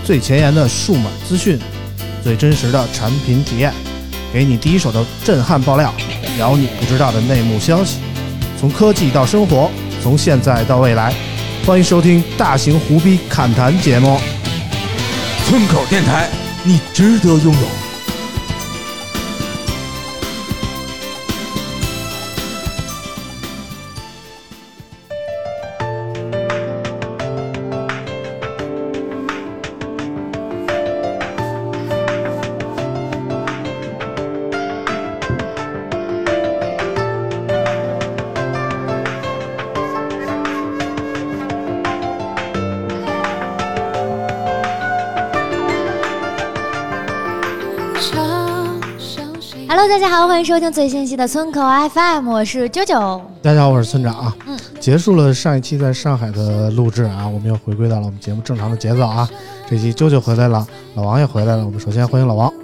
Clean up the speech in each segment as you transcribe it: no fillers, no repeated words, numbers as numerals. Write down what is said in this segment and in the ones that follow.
最前沿的数码资讯，最真实的产品体验，给你第一手的震撼爆料，聊你不知道的内幕消息，从科技到生活，从现在到未来。欢迎收听大型胡逼侃谈节目。 村口电台，你值得拥有。 Hello， 大家好，欢迎收听最新期的村口 FM， 我是九九。 大家好，我是村长啊。结束了上一期在上海的录制啊，我们又回归到了我们节目正常的节奏啊。这期九九回来了，老王也回来了，我们首先欢迎老王。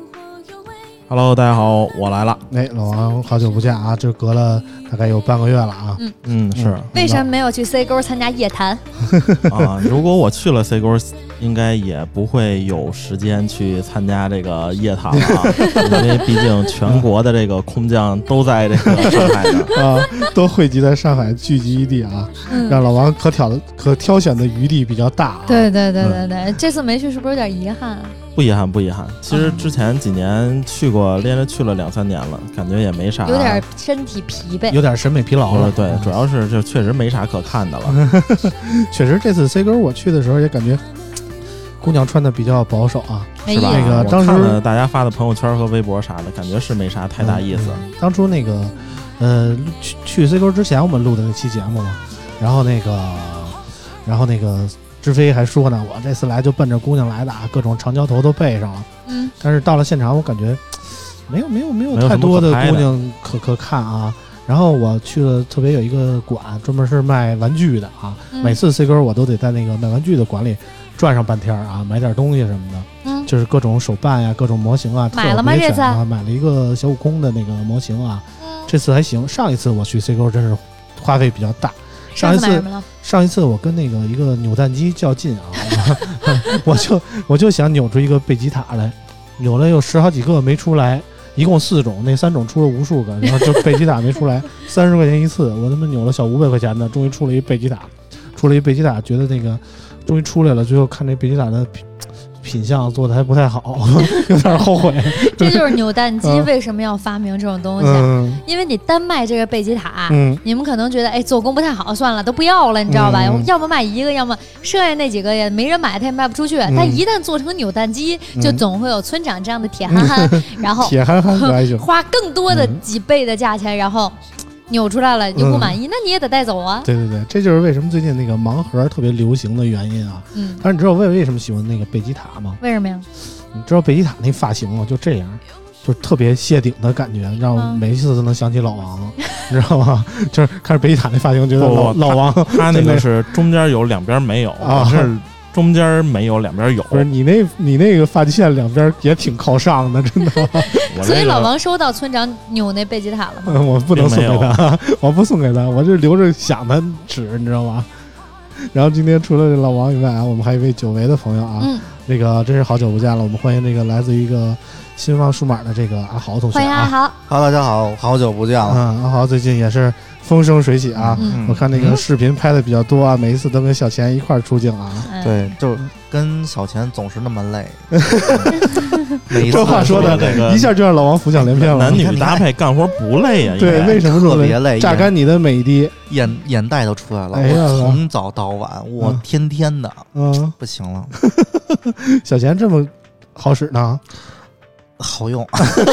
Hello， 大家好，我来了。 老王好久不见啊，这隔了大概有半个月了啊。 是。 为什么没有去 C 沟参加夜谈啊？如果我去了 C 沟，应该也不会有时间去参加这个夜谈了，因为毕竟全国的这个空降都在这个上海呢啊，都汇集在上海聚集一地啊，让老王可挑选的余地比较大啊。 对，这次没去是不是有点遗憾？ 不遗憾。其实之前几年去过，连着去了2-3年了，感觉也没啥， 有点身体疲惫， 有点审美疲劳了。 对，主要是就确实没啥可看的了。 确实，这次 C 沟我去的时候也感觉姑娘穿的比较保守啊， 是吧？ 那个当时看了大家发的朋友圈和微博啥的，感觉是没啥太大意思。 当初那个去 C 沟之前我们录的那期节目嘛，然后那个志飞还说呢，我这次来就奔着姑娘来的，各种长焦头都备上了。但是到了现场，我感觉没有太多的姑娘可看啊。然后我去了特别有一个馆，专门是卖玩具的啊。每次 C 沟我都得在那个卖玩具的馆里转上半天啊，买点东西什么的。就是各种手办呀，各种模型啊。 买了吗？这次买了一个小悟空的那个模型啊。这次还行，上一次我去 C 沟真是花费比较大。上一次我跟那个一个扭蛋机较劲啊，我就想扭出一个贝吉塔来，扭了有10好几个没出来，一共4种，那3种出了无数个，然后就贝吉塔没出来，30块钱一次，我他妈扭了小500块钱的，终于出了一贝吉塔，觉得那个终于出来了，最后看这贝吉塔的品相做的还不太好，有点后悔。 这就是扭蛋机为什么要发明这种东西，因为你单卖这个贝吉塔，你们可能觉得做工不太好，算了，都不要了，你知道吧？要么卖一个，要么剩下那几个也没人买，它也卖不出去。它一旦做成扭蛋机，就总会有村长这样的铁憨憨，然后铁憨憨花更多的几倍的价钱，然后扭出来了你就不满意，那你也得带走啊。 对，这就是为什么最近那个盲盒特别流行的原因啊。但是你知道为什么喜欢那个贝吉塔吗？ 为什么呀？ 你知道贝吉塔那发型吗？就这样，就特别谢顶的感觉，让我每一次都能想起老王，你知道吗？就是看着贝吉塔那发型，觉得老王他那个是中间有两边没有啊，是中间没有两边有。 不是你那个发际线两边也挺靠上的，真的。 所以老王收到村长扭那贝吉塔了吗？ 我不能送给他，我不送给他，我就留着想他纸，你知道吗？然后今天除了老王以外啊，我们还有一位久违的朋友啊，这个真是好久不见了，我们欢迎这个来自于一个新方数码的这个阿豪同学啊。 欢迎阿豪。 好，大家好，好久不见了。 阿豪最近也是风生水起啊，我看那个视频拍的比较多啊，每一次都跟小钱一块出镜啊。 对，就跟小钱总是那么累。 这话说的一下就让老王浮想联翩了。 男女搭配干活不累呀？ 对，为什么特别累？ 榨干你的每一滴眼袋都出来了。我从早到晚，我天天的，不行了。 小钱这么好使呢？ 好用。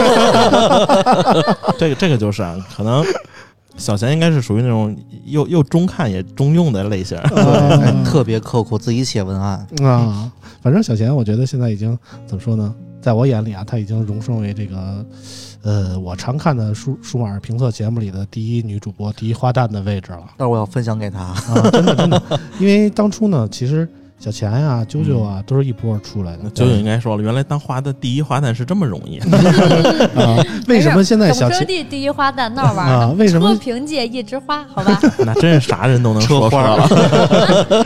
这个就是可能小钱应该是属于那种又中看也中用的类型， 特别刻苦，自己写文案啊。反正小钱，我觉得现在已经怎么说呢？在我眼里啊，她已经荣升为这个我常看的数码评测节目里的第一女主播、第一花旦的位置了。 但是我要分享给她啊，真的，因为当初呢，其实小钱呀、啾啾啊，都是一波出来的。 啾啾应该说了，原来当第一花旦是这么容易啊！为什么现在小钱第一花旦闹玩啊？为什么凭借一枝花？好吧， 那真是啥人都能说出来了。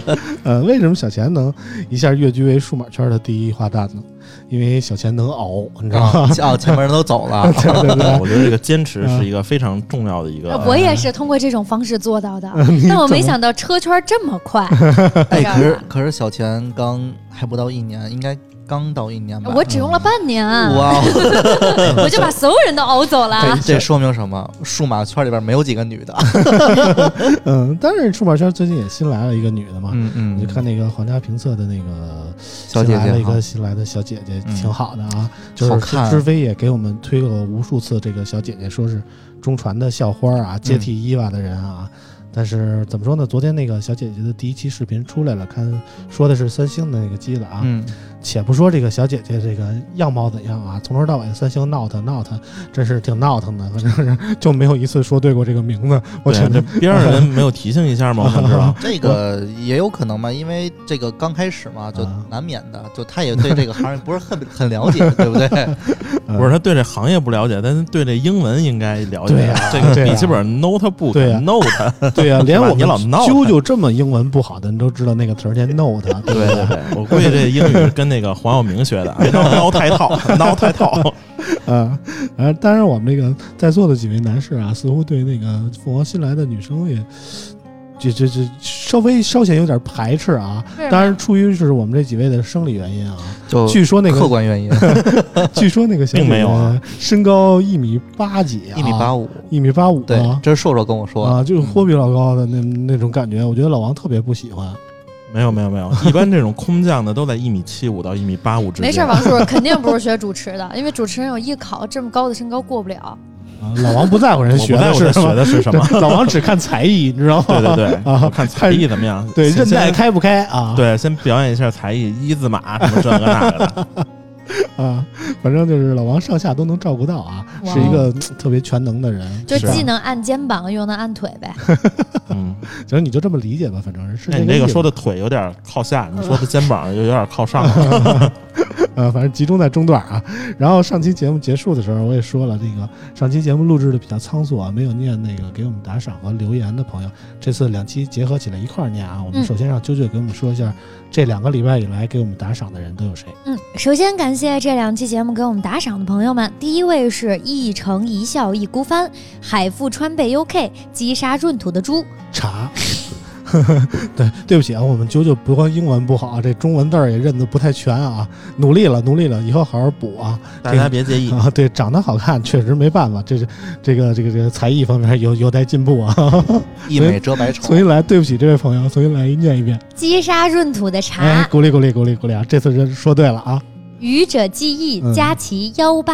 为什么小钱能一下跃居为数码圈的第一花旦呢？因为小钱能熬，你知道吗？ 前面人都走了。 对对对， 我觉得这个坚持是一个非常重要的一个。 我也是通过这种方式做到的，但我没想到车圈这么快。 可是小钱刚还不到1年，应该刚到1年吧？ 我只用了半年， 哇！ 我就把所有人都熬走了。 这说明什么？数码圈里边没有几个女的。 但是数码圈最近也新来了一个女的嘛，你就看那个皇家评测的那个小姐姐， 一个新来的小姐姐，挺好的啊。就是知飞也给我们推过无数次这个小姐姐，说是中传的校花啊，接替伊娃的人啊。但是怎么说呢？昨天那个小姐姐的第1期视频出来了，看说的是三星的那个机子啊。且不说这个小姐姐这个样貌怎样啊，从头到尾三星闹腾，真是挺闹腾的。反正是就没有一次说对过这个名字。我觉得边上人没有提醒一下吗？我知道这个也有可能嘛，因为这个刚开始嘛，就难免的，就他也对这个行业不是很了解，对不对？ 不是他对这行业不了解，但是对这英文应该了解。 对呀， 这个笔记本 notebook， 对呀 ，note， 对呀，连我们老闹啾啾这么英文不好的人都知道那个词儿叫 note。 对对对，我估计这英语跟那个黄晓明学的，孬太套。 当然我们这个在座的几位男士啊，似乎对那个凤凰新来的女生也这稍显有点排斥啊。当然出于是我们这几位的生理原因啊， 就据说那个客观原因， 据说那个小并没有啊， 身高1.8米几啊，1.85米，1.85米。 对，这是硕硕跟我说啊，就是货比老高的那种感觉，我觉得老王特别不喜欢。 没有，一般这种空降的都在1.75米到1.85米之间。 没事，王叔肯定不是学主持的，因为主持人有艺考，这么高的身高过不了。 老王不在乎人学的是什么， 老王只看才艺，你知道吗？ 对啊，看才艺怎么样？ 对，韧带开不开啊？ 对，先表演一下才艺，1字马什么这个那个的。 反正就是老王上下都能照顾到啊，是一个特别全能的人， 就既能按肩膀又能按腿呗。 行，你就这么理解吧，反正是。 你这个说的腿有点靠下，你说的肩膀又有点靠上。 反正集中在中段啊。然后上期节目结束的时候，我也说了，这个上期节目录制的比较仓促啊，没有念那个给我们打赏和留言的朋友，这次2期结合起来一块儿念啊。我们首先让啾啾给我们说一下，这2个礼拜以来给我们打赏的人都有谁？ 首先感谢这2期节目给我们打赏的朋友们。第一位是一城一笑一孤帆，海富川贝 UK 击杀闰土的猪茶。对不起啊，我们啾啾不光英文不好，这中文字也认得不太全啊，努力了，以后好好补啊， 大家别介意啊。对，长得好看确实没办法，这个才艺方面有待进步啊。 一美遮百丑。 重新来，对不起这位朋友，重新来念一遍。 击杀闰土的茶， 鼓励啊！这次人说对了啊。 愚者记忆佳琪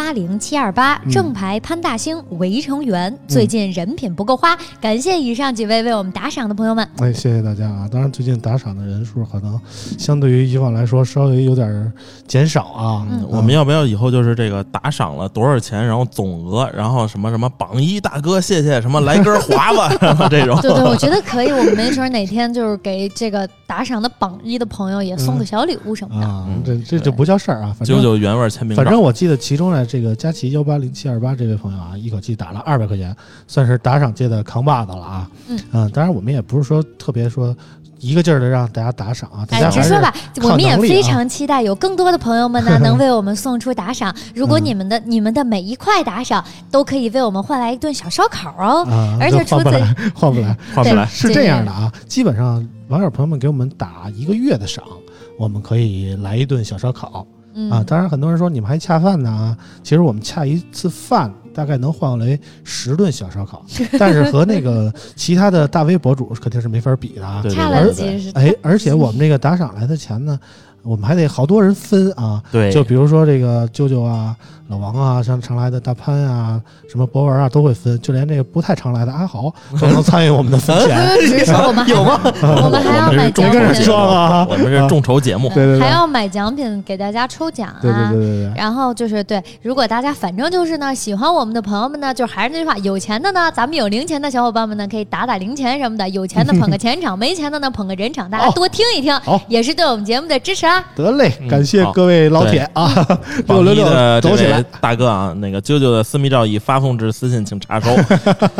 180728正牌潘大星围城园最近人品不够花，感谢以上几位为我们打赏的朋友们。 谢谢大家啊！当然最近打赏的人数可能相对于以往来说稍微有点减少啊。 我们要不要以后就是这个打赏了多少钱，然后总额，然后什么榜1大哥谢谢，什么来根华吧什么这种。 对，我觉得可以，我们没准哪天就是给这个打赏的榜1的朋友也送个小礼物什么的啊。这不叫事儿啊。 99原味签名照。 反正我记得其中呢，这个佳琪180728这位朋友啊，一口气打了200块钱，算是打赏界的扛把子了啊。当然我们也不是说特别说一个劲儿的让大家打赏啊。 直说吧，我们也非常期待有更多的朋友们呢能为我们送出打赏。如果你们的每一块打赏都可以为我们换来一顿小烧烤哦。而且除此换不来，是这样的啊。基本上网友朋友们给我们打1个月的赏，我们可以来一顿小烧烤。当然很多人说你们还恰饭呢，其实我们恰一次饭大概能换来10顿小烧烤，但是和那个其他的大 V 博主肯定是没法比的啊。而且我们这个打赏来的钱呢，我们还得好多人分啊。 对， 就比如说这个啾啾啊、老王啊，像常来的大潘啊、什么博文啊都会分，就连这个不太常来的阿豪都能参与我们的分钱。 只是我们有吗？我们还要买奖品， 我们是众筹节目， 对， 还要买奖品给大家抽奖啊。 对。 然后就是如果大家反正就是呢喜欢我们的朋友们呢，就还是那句话，有钱的呢，咱们有零钱的小伙伴们呢，可以打零钱什么的，有钱的捧个钱场，没钱的呢捧个人场，大家多听一听，也是对我们节目的支持啊。 得嘞，感谢各位老铁啊！666 的走起来，大哥啊，那个啾啾的私密照已发送至私信，请查收。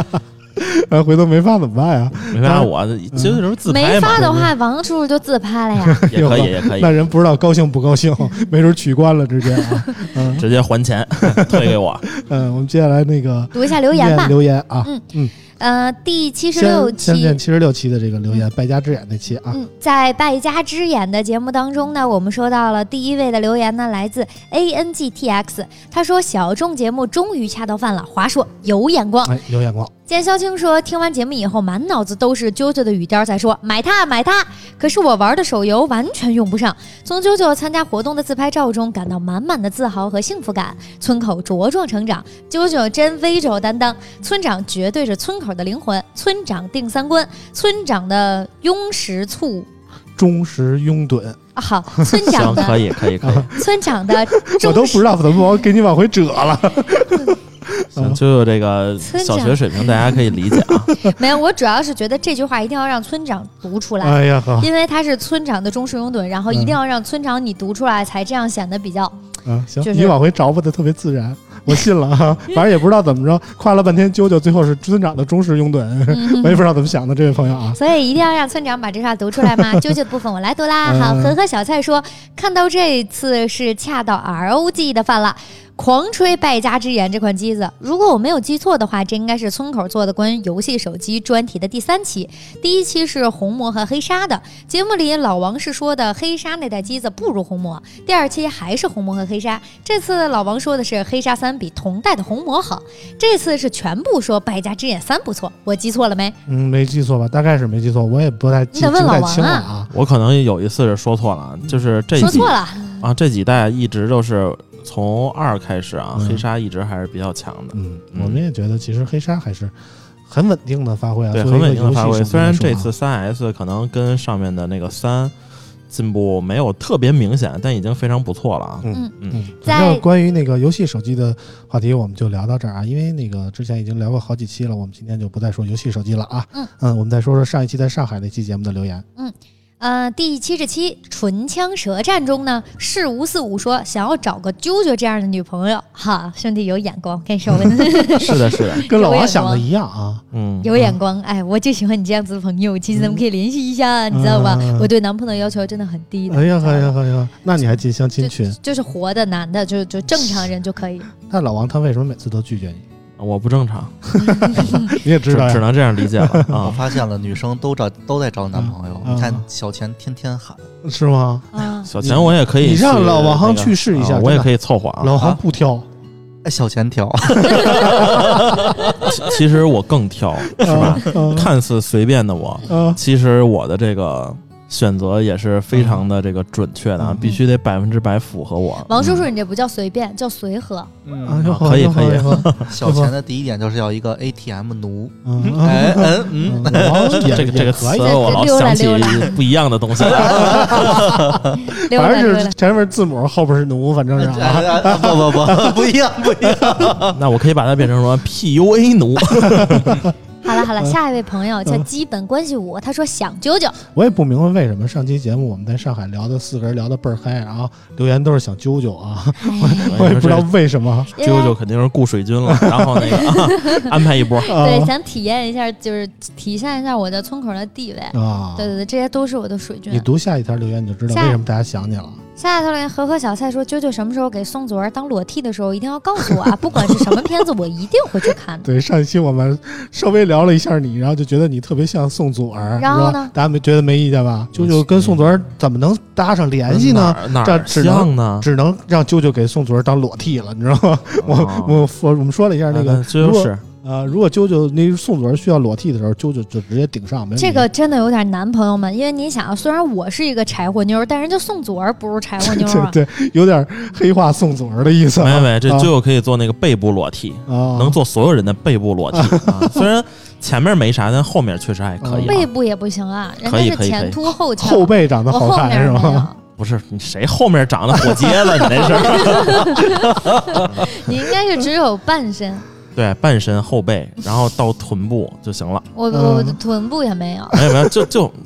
回头没发怎么办呀？ 没发我就是自拍嘛。 没发的话，王叔叔就自拍了呀。 也可以，也可以。 那人不知道高兴不高兴，没准取关了，直接啊， 直接还钱退给我。 我们接下来那个读一下留言吧。 留言啊， 第76期， 先念76期的这个留言，败家之眼那期啊。 在败家之眼的节目当中呢，我们收到了第一位的留言呢，来自 ANGTX， 他说小众节目终于恰到饭了，华硕有眼光， 有眼光。 见萧青说听完节目以后满脑子都是啾啾的语调在说买它买它，可是我玩的手游完全用不上。从啾啾参加活动的自拍照中感到满满的自豪和幸福感，村口茁壮成长，啾啾真非洲担当，村长绝对是村口的灵魂，村长定三观，村长的庸食醋忠实拥趸好，村长的可以村长的我都不知道怎么给你往回折了。 就这个小学水平，大家可以理解啊。 没有，我主要是觉得这句话一定要让村长读出来。 哎呀， 因为他是村长的忠实拥趸，然后一定要让村长你读出来，才这样显得比较。 行，你往回找吧的特别自然，我信了啊。反正也不知道怎么着，夸了半天啾啾，最后是村长的忠实拥趸，我也不知道怎么想的，这位朋友啊。 所以一定要让村长把这话读出来嘛。啾啾的部分我来读啦。好，和小菜说，看到这次是恰到 ROG 的饭了。狂吹败家之眼这款机子，如果我没有记错的话，这应该是村口做的关于游戏手机专题的第3期。第1期是红魔和黑鲨的，节目里老王是说的黑鲨那代机子不如红魔，第2期还是红魔和黑鲨，这次老王说的是黑鲨3比同代的红魔好，这次是全部说败家之眼3不错，我记错了没？ 没记错吧，大概是没记错，我也不太记太清了啊。 我可能有一次是说错了，就是这说错了啊，这几代一直都是从2开始啊，黑鲨一直还是比较强的。 我们也觉得其实黑鲨还是很稳定的发挥啊， 对，很稳定的发挥。虽然这次3S 可能跟上面的那个3进步没有特别明显，但已经非常不错了啊。 在关于那个游戏手机的话题，我们就聊到这儿啊，因为那个之前已经聊过好几期了，我们今天就不再说游戏手机了啊。我们再说说上一期在上海那期节目的留言。 第77唇枪舌战中呢，事无45说想要找个啾啾这样的女朋友，哈，兄弟有眼光，跟你说是的，是的， 跟老王想的一样啊， 有眼光，哎，我就喜欢你这样子的朋友，其实咱们可以联系一下，你知道吧？我对男朋友要求真的很低的。 哎呀，那你还进相亲群？ 就是活的男的，就正常人就可以。 那老王他为什么每次都拒绝你？ 我不正常， 你也知道， 只能这样理解了啊。 我发现了，女生都在找男朋友。你看小钱天天喊， 是吗？ 小钱我也可以， 你让老王去试一下， 我也可以凑合啊。 老王不挑， 小钱挑。 其实我更挑，是吧？看似随便的我，其实我的这个选择也是非常的这个准确的，必须得100%符合我。 王叔叔，你这不叫随便，叫随和。 可以。 小钱的第一点就是要一个 ATM 奴。 这个词我老想起不一样的东西了。 反正是前面字母，后边是奴，反正是不一样。 那我可以把它变成什么 PUA 奴。 好了，下一位朋友叫基本关系5，他说想啾啾。 我也不明白为什么上期节目我们在上海聊的4个人聊的倍儿嗨，然后留言都是想啾啾啊，我也不知道为什么。 啾啾肯定是雇水军了，然后那个安排一波。 对，想体验一下，就是体现一下我在村口的地位啊。对，这些都是我的水军。 你读下一条留言你就知道为什么大家想你了。 下一条留言，和小菜说，啾啾什么时候给宋祖儿当裸替的时候一定要告诉我啊，不管是什么片子我一定会去看的。 对，上一期我们稍微聊了一下你，然后就觉得你特别像宋祖儿， 然后呢， 大家觉得没意见吧？啾啾跟宋祖儿怎么能搭上联系呢？这只能让啾啾给宋祖儿当裸替了，你知道吗？我们说了一下那个， 就是如果啾啾那宋祖儿需要裸替的时候，啾啾就直接顶上。 这个真的有点难，朋友们，因为你想，虽然我是一个柴火妞，但人家宋祖儿不是柴火妞啊。 对，有点黑化宋祖儿的意思。 没，这啾啾可以做那个背部裸替，能做所有人的背部裸替。虽然前面没啥，但后面确实还可以。 背部也不行啊，人家是前凸后翘， 后背长得好看是吗？ 不是你谁后面长得火疖子？你这是？你应该是只有半身。 对，半身后背，然后到臀部就行了。 我的臀部也没有， 没有，就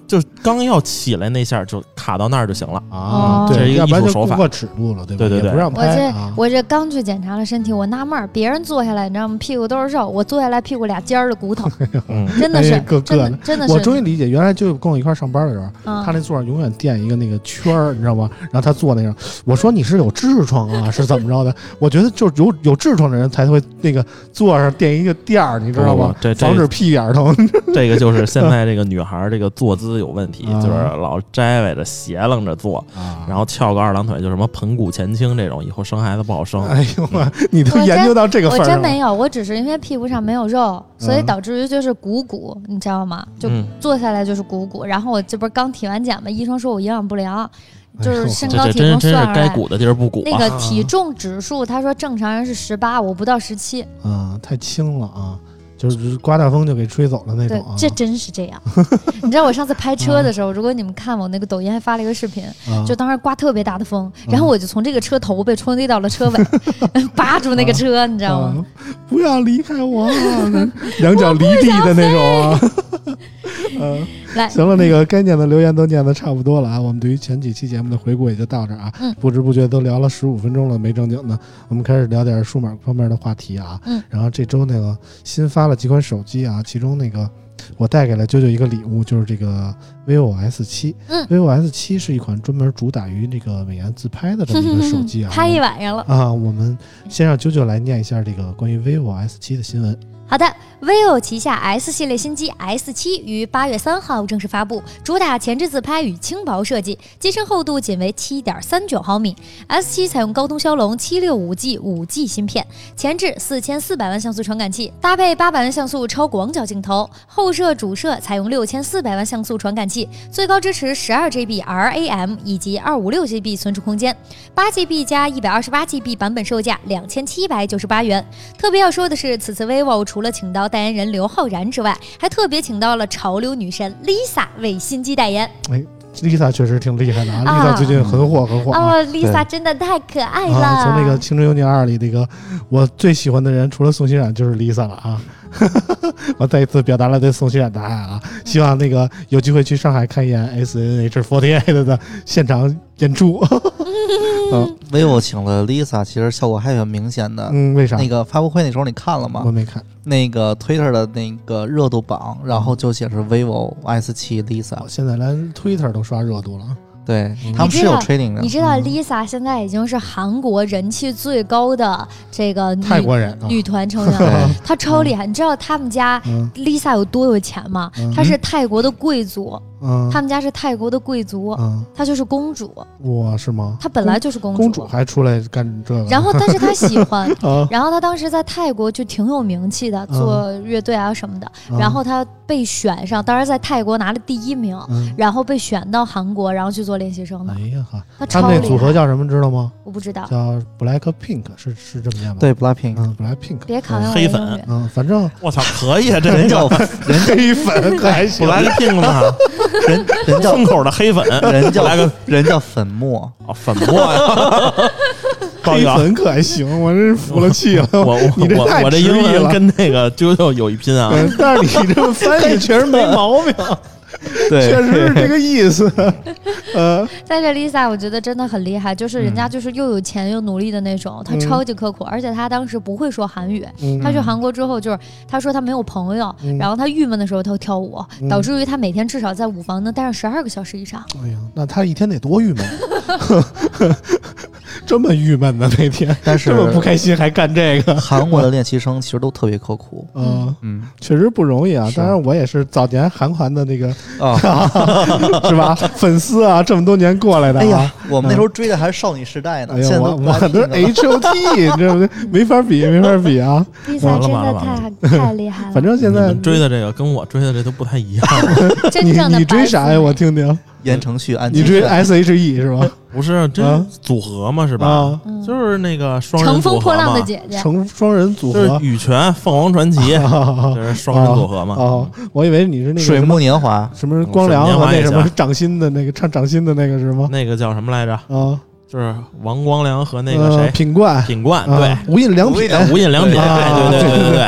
就刚要起来那下就卡到那儿就行了啊。 这是一个艺术手法， 过尺度了，对吧？ 对， 不让拍。 我这刚去检查了身体，我纳闷儿，别人坐下来，你知道吗？屁股都是肉，我坐下来屁股2尖的骨头，真的是真的是。 我终于理解，原来就跟我一块上班的时候，他那座上永远垫一个那个圈儿，你知道吗？然后他坐那个，我说你是有痔疮啊，是怎么着的？我觉得就是有痔疮的人才会那个座上垫一个垫儿，你知道吗？防止屁眼疼。 这个就是现在这个女孩这个坐姿有问题，就是老摘歪着斜楞着坐，然后翘个2郎腿，就什么盆骨前倾这种，以后生孩子不好生。 哎呦妈，你都研究到这个份儿上了。 我真没有，我只是因为屁股上没有肉，所以导致于就是鼓，你知道吗？就坐下来就是鼓。然后我这不是刚体完检嘛，医生说我营养不良。就是身高体重算出来， 该鼓的地儿不鼓。 那个体重指数，他说正常人是18，我不到17。 太轻了啊！就是刮大风就给吹走了那种。 对，这真是这样。你知道我上次拍车的时候，如果你们看我那个抖音还发了一个视频，就当时刮特别大的风，然后我就从这个车头被冲击到了车尾，扒住那个车，你知道吗？ 不要离开我，两脚离地的那种啊。来，行了，那个该念的留言都念的差不多了啊。我们对于前几期节目的回顾也就到这儿啊。不知不觉都聊了15分钟了，没正经的，我们开始聊点数码方面的话题啊。然后这周那个新发了几款手机啊，其中那个我带给了啾啾一个礼物，就是这个 vivo S7。vivo S7 是一款专门主打于这个美颜自拍的这么一个手机啊。 拍一晚上了啊。我们先让啾啾来念一下这个关于 vivo S7 的新闻。 好的 ，vivo 旗下 S 系列新机 S7 于8月3号正式发布，主打前置自拍与轻薄设计，机身厚度仅为 7.39 毫米。S7 采用高通骁龙 765G 5G 芯片，前置4400万像素传感器，搭配800万像素超广角镜头，后摄主摄采用6400万像素传感器，最高支持12GB RAM 以及256GB 存储空间，8GB 加 128GB 版本售价2798元。特别要说的是，此次 vivo除了请到代言人刘昊然之外，还特别请到了潮流女神 Lisa 为新机代言。 Lisa 确实挺厉害的啊 ！Lisa 最近很火啊 ！Lisa 真的太可爱了。 从那个《青春有你2》里，那个我最喜欢的人除了宋欣冉就是 Lisa 了啊！我再一次表达了对宋欣冉的爱啊！希望那个有机会去上海看一眼 SNH48 的现场演出。 vivo 请了 Lisa， 其实效果还很明显的。 为啥？ 那个发布会那时候你看了吗？ 我没看。 那个 Twitter 的那个热度榜，然后就写是 vivo S7 Lisa。 现在连 Twitter 都刷热度了。 对，他们是有 trading 的。 你知道 Lisa 现在已经是韩国人气最高的这个泰国人女团成员了，她超厉害。你知道他们家 Lisa 有多有钱吗？她是泰国的贵族。他们家是泰国的贵族，她就是公主。 哇，是吗？ 她本来就是公主， 公主还出来干这个。 然后，但是她喜欢，然后她当时在泰国就挺有名气的，做乐队啊什么的。然后她被选上，当时在泰国拿了第1名，然后被选到韩国，然后去做练习生的。 哎呀哈，他们那组合叫什么知道吗？ 我不知道， 叫 Blackpink， 是这么念吗？ 对 ，Blackpink，Blackpink。 别考验我黑粉， 反正我操，可以啊，这人叫黑粉可还行 ，Blackpink 吗？ 人叫风口的黑粉， 人叫粉末粉末呀。 黑粉可还行，我真是服了气了。你这太我这英文跟那个啾啾有一拼啊。 但是你这么翻译确实没毛病。 对， 确实是这个意思。 但是 Lisa 我觉得真的很厉害，就是人家就是又有钱又努力的那种，她超级刻苦，而且她当时不会说韩语，她去韩国之后就是她说她没有朋友，然后她郁闷的时候她会跳舞，导致于她每天至少在舞房能待上12个小时以上。 哎呀，那她一天得多郁闷。这么郁闷的那天， 但是这么不开心还干这个。 韩国的练习生其实都特别刻苦， 确实不容易啊。当然我也是早年韩团的那个是吧？粉丝啊，这么多年过来的。 哎呀，我们那时候追的还是少女时代呢。 哎呀，我都是 HOT， 这没法比啊。 Lisa 真的太厉害了。 反正现在追的这个跟我追的这都不太一样。 真正的你追啥呀？我听听。 言承旭、安。 你追 SHE 是吧？ 不是，这组合嘛是吧？就是那个双人组合嘛。乘风破浪的姐姐。 双人组合。 就是羽泉、凤凰传奇，这是双人组合嘛？ 哦，我以为你是那个水木年华， 什么光良和那什么掌心的那个唱掌心的那个是吗？ 那个叫什么来着？ 啊。 就是王光良和那个谁， 品冠， 对， 无印良品， 对，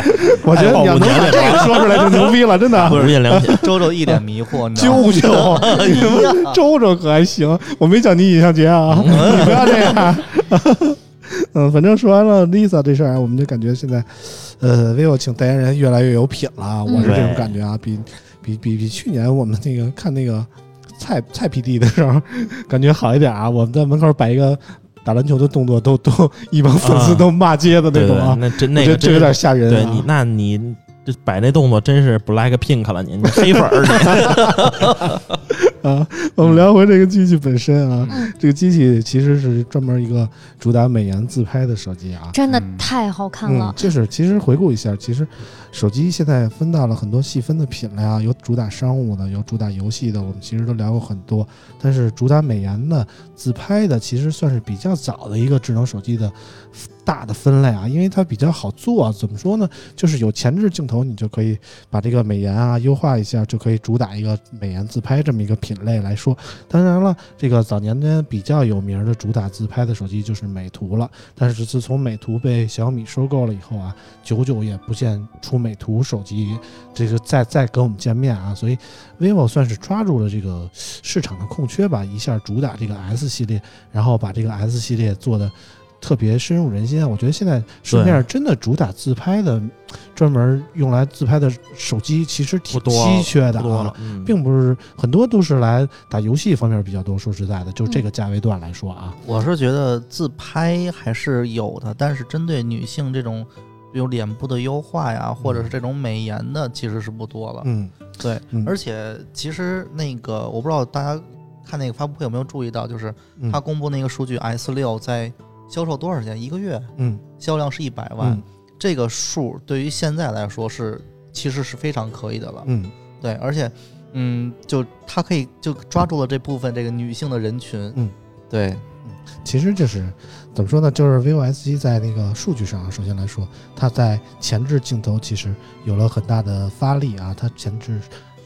我觉得你要能把这个说出来就牛逼了，真的。 无印良品， 周周一脸迷惑， 啾啾，周周可还行，我没叫你尹相杰啊，你不要这样。反正说完了 Lisa 这事儿，我们就感觉现在，vivo 请代言人越来越有品了，我是这种感觉啊，比去年我们那个看那个蔡 PD 的时候，感觉好一点啊。我们在门口摆一个打篮球的动作，都一帮粉丝都骂街的那种啊， 那个这有点吓人。 对你这摆那动作真是 Blackpink 了，你黑粉儿。 啊，我们聊回这个机器本身啊，这个机器其实是专门一个主打美颜自拍的手机啊， 真的太好看了。 就是其实回顾一下，其实手机现在分到了很多细分的品类啊，有主打商务的，有主打游戏的，我们其实都聊过很多。但是主打美颜的、自拍的，其实算是比较早的一个智能手机的大的分类啊，因为它比较好做。怎么说呢？就是有前置镜头，你就可以把这个美颜啊优化一下，就可以主打一个美颜自拍这么一个品类来说。当然了，这个早年间比较有名的主打自拍的手机就是美图了，但是自从美图被小米收购了以后啊，久久也不见出美图手机这个再跟我们见面啊，所以 vivo 算是抓住了这个市场的空缺吧，一下主打这个 S 系列，然后把这个 S 系列做的特别深入人心。我觉得现在市面上真的主打自拍的，专门用来自拍的手机其实挺稀缺的啊，并不是很多都是来打游戏方面比较多。说实在的，就这个价位段来说啊， 我是觉得自拍还是有的，但是针对女性这种比如脸部的优化呀，或者是这种美颜的，其实是不多了。对，而且其实那个我不知道大家看那个发布会有没有注意到，就是他公布那个数据 S6 在销售多少钱一个月？销量是100万，这个数对于现在来说其实是非常可以的了。对，而且就它可以就抓住了这部分这个女性的人群。对， 其实就是怎么说呢？就是 vivo S7 在那个数据上，首先来说，它在前置镜头其实有了很大的发力啊，它前置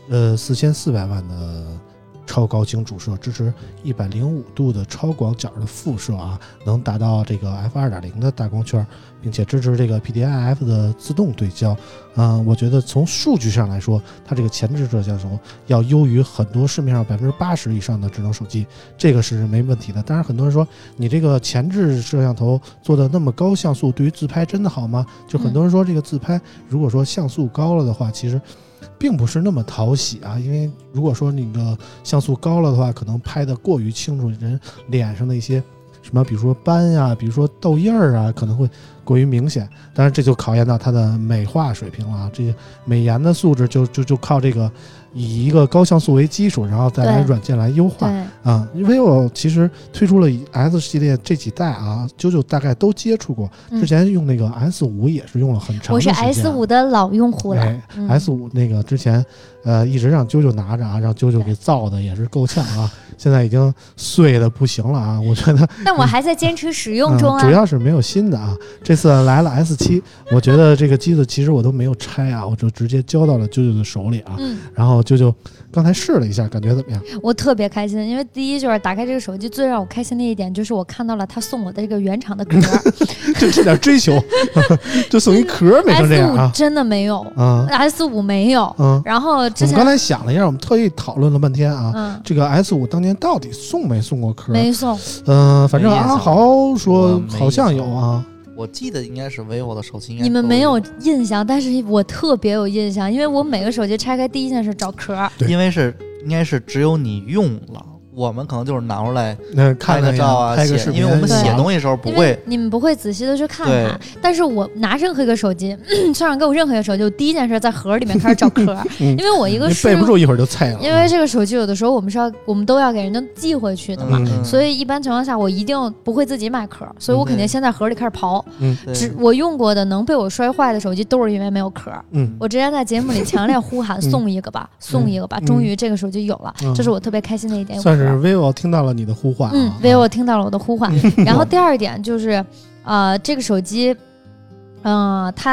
4400万的超高清主摄，支持105度的超广角的副摄啊，能达到这个 f2.0 的大光圈，并且支持这个 PDIF 的自动对焦。我觉得从数据上来说，它这个前置摄像头要优于很多市面上80%以上的智能手机，这个是没问题的。当然，很多人说你这个前置摄像头做的那么高像素，对于自拍真的好吗？就很多人说这个自拍如果说像素高了的话，其实并不是那么讨喜啊，因为如果说你的像素高了的话，可能拍得过于清楚，人脸上的一些什么，比如说斑呀，比如说痘印儿啊，可能会过于明显。当然，这就考验到它的美化水平了啊。这些美颜的素质就靠这个以一个高像素为基础，然后再来软件来优化啊。因为我其实推出了 S 系列这几代啊，啾啾大概都接触过。之前用那个 S5 也是用了很长的时间。 我是 S5 的老用户了。 S5 那个之前一直让啾啾拿着啊，让啾啾给造的也是够呛啊。现在已经碎的不行了啊，我觉得。 但我还在坚持使用中啊。 主要是没有新的啊。这次来了 S7， 我觉得这个机子其实我都没有拆啊，我就直接交到了啾啾的手里啊。然后啾啾刚才试了一下，感觉怎么样？ 我特别开心，因为第一就是打开这个手机最让我开心的一点就是我看到了他送我的这个原厂的壳。 这点追求，就送一壳没成这样啊？ S5 真的没有，S5 没有。然后之前我们刚才想了一下，我们特意讨论了半天啊，这个 S5 当年到底送没送过壳？ 没送。 反正阿豪说好像有啊。 我记得应该是 vivo 的手机， 你们没有印象，但是我特别有印象，因为我每个手机拆开第一件事找壳， 因为应该是只有你用了。我们可能就是拿出来拍个照啊， 拍个视频， 因为我们写东西的时候不会， 你们不会仔细的去看它。但是我拿任何一个手机，校长给我任何一个手机，我第一件事在盒里面开始找壳，因为我一个是背不住一会儿就菜了。 因为这个手机有的时候我们都要给人家寄回去的嘛，所以一般情况下我一定不会自己买壳，所以我肯定先在盒里开始刨。我用过的能被我摔坏的手机都是因为没有壳。我之前在节目里强烈呼喊送一个吧，送一个吧，终于这个手机有了，这是我特别开心的一点。 算是 vivo 听到了你的呼唤 ，vivo 听到了我的呼唤。然后第二点就是，这个手机，它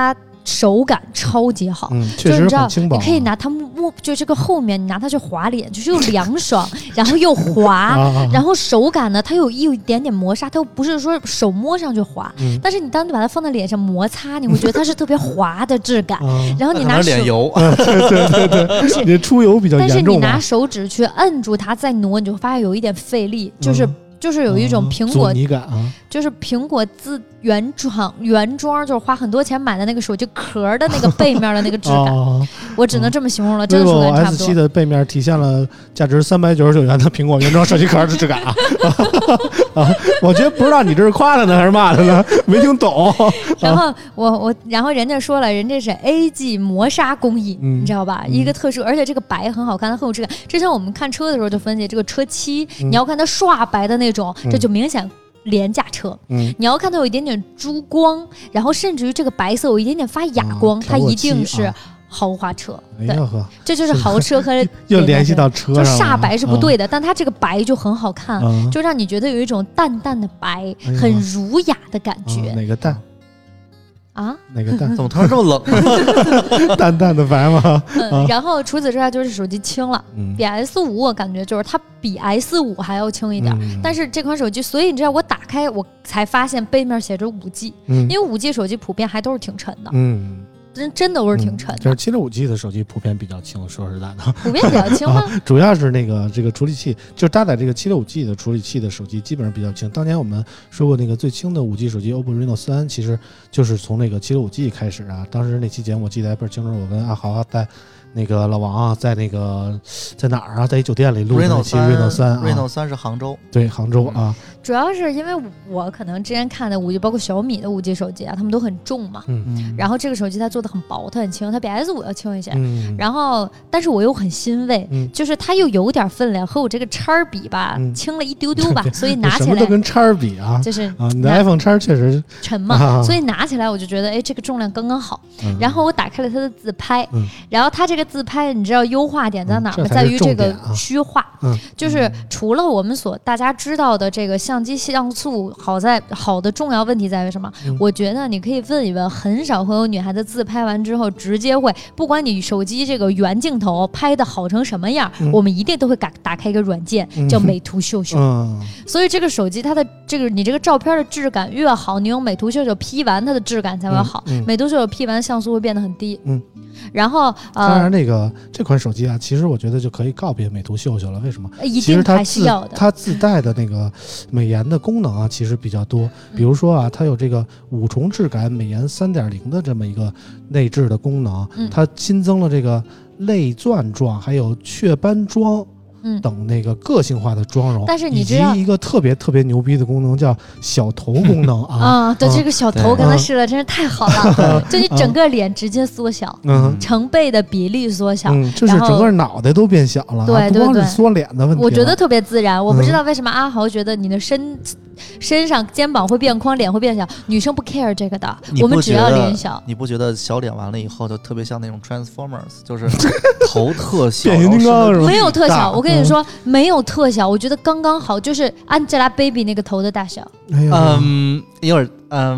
手感超级好， 确实很轻薄， 你可以拿它摸，就这个后面你拿它去划脸，就是又凉爽，然后又滑，然后手感呢，它有一点点磨砂，它又不是说手摸上去滑，但是你当你把它放在脸上摩擦，你会觉得它是特别滑的质感。然后你拿手脸油， 对，你出油比较严重， 但是你拿手指去摁住它再挪，你就会发现有一点费力，就是有一种苹果感啊， 就是苹果自原装，就是花很多钱买的那个手机壳的那个背面的那个质感，我只能这么形容了，真的手感差不多。 vivo S7 的背面体现了价值399元的苹果原装手机壳的质感啊！我觉得不知道你这是夸的呢还是骂的呢，没听懂。 然后然后人家说了，人家是 AG 磨砂工艺，你知道吧？一个特殊，而且这个白很好看，它很有质感。之前我们看车的时候就分析这个车漆，你要看它刷白的那种，这就明显廉价车。你要看它有一点点珠光，然后甚至于这个白色有一点点发哑光，它一定是豪华车。对，这就是豪车和又联系到车上了， 就煞白是不对的，但它这个白就很好看，就让你觉得有一种淡淡的白，很儒雅的感觉。 哪个淡？ 啊， 哪个淡？ 怎么突然这么冷？ 淡淡的白吗？ 然后除此之外就是手机轻了，比 S5 我感觉就是它比 S5 还要轻一点，但是这款手机，所以你知道我打开我才发现背面写着5G，因为5G 手机普遍还都是挺沉的，真的都是挺沉的。 就是765G 的手机普遍比较轻，说实在的， 普遍比较轻吗？ 主要是这个处理器，就是搭载这个765G 的处理器的手机基本上比较轻。当年我们说过那个最轻的5G 手机 OPPO Reno3，其实就是从那个765G 开始啊。当时那期节目我记得还倍儿清楚，我跟阿豪在那个老王啊，在那个在哪儿啊，在一酒店里录的那期 Reno3 是杭州， 对，杭州啊。 主要是因为我可能之前看的5G，包括小米的5G 手机啊，他们都很重嘛，然后这个手机它做的很薄，它很轻，它比 S5 要轻一些，然后但是我又很欣慰，就是它又有点分量，和我这个叉比吧，轻了一丢丢吧，所以拿起来什么都跟叉比啊， 就是你的 iPhone 叉确实沉嘛，所以拿起来我就觉得，哎，这个重量刚刚好。然后我打开了它的自拍，然后它这个自拍，你知道优化点在哪儿吗？在于这个虚化，就是除了我们大家知道的这个相机像素好的重要问题在于什么？我觉得你可以问一问，很少会有女孩子自拍完之后直接会，不管你手机这个原镜头拍的好成什么样，我们一定都会打开一个软件叫美图秀秀。所以这个手机它的这个你这个照片的质感越好，你用美图秀秀 P 完它的质感才会好。美图秀秀 P 完像素会变得很低。然后当然这款手机啊，其实我觉得就可以告别美图秀秀了。为什么？ 一定还是要的。 它自带的那个美颜的功能啊，其实比较多。比如说啊，它有这个5重质感美颜 3.0 的这么一个内置的功能，它新增了这个泪钻状，还有雀斑妆。等那个个性化的妆容， 但是你知道， 以及一个特别特别牛逼的功能叫小头功能啊！ 对，这个小头刚才试了，真是太好了，就你整个脸直接缩小，成倍的比例缩小， 就是整个脑袋都变小了， 对， 不光是缩脸的问题。 我觉得特别自然，我不知道为什么阿豪觉得你的身上肩膀会变宽，脸会变小，女生不 care 这个的，我们只要脸小。 你不觉得小脸完了以后就特别像那种 Transformers， 就是头特小， 变形金刚是吧？ 没有特小，我跟你说没有特小，我觉得刚刚好，就是 Angelababy 那个头的大小。 一会儿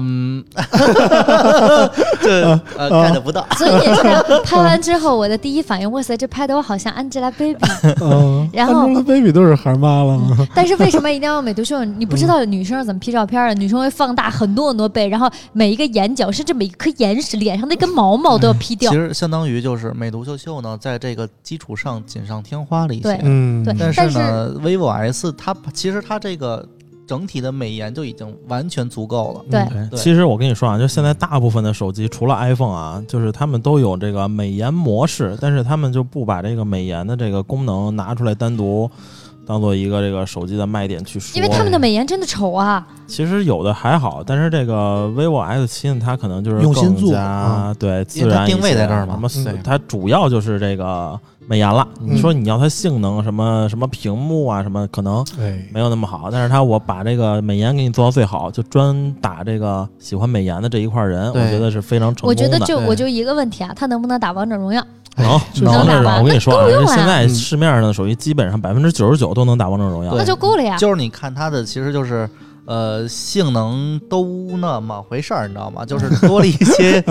看得不到。 所以也是拍完之后，我的第一反应，哇塞，这拍的我好像 Angelababy。然后 Angelababy 都是孩妈了。 但是为什么一定要用美图秀秀？你不知道女生怎么 P 照片啊？女生会放大很多很多倍，然后每一个眼角，甚至每一颗眼屎、脸上的一根毛毛都要 P 掉。 其实相当于就是美图秀秀呢，在这个基础上锦上添花了一些。 对， 但是呢 ，vivo S 其实它这个整体的美颜就已经完全足够了。 对， 其实我跟你说啊，就现在大部分的手机，除了 iPhone 啊，就是他们都有这个美颜模式，但是他们就不把这个美颜的这个功能拿出来单独当做一个这个手机的卖点去说， 因为他们的美颜真的丑啊。 其实有的还好，但是这个 vivo X7 呢，它可能就是用心做对自然一些， 定位在这儿嘛。 它主要就是这个美颜了。你说你要它性能什么屏幕啊什么，可能没有那么好，但是我把这个美颜给你做到最好，就专打这个喜欢美颜的这一块人，我觉得是非常成功的。 我觉得我就一个问题啊，它能不能打王者荣耀？ 能，我跟你说啊，现在市面上的手机基本上99%都能打王者荣耀， 那就够了呀。 就是你看它的，其实就是性能都那么回事儿，你知道吗？就是多了一些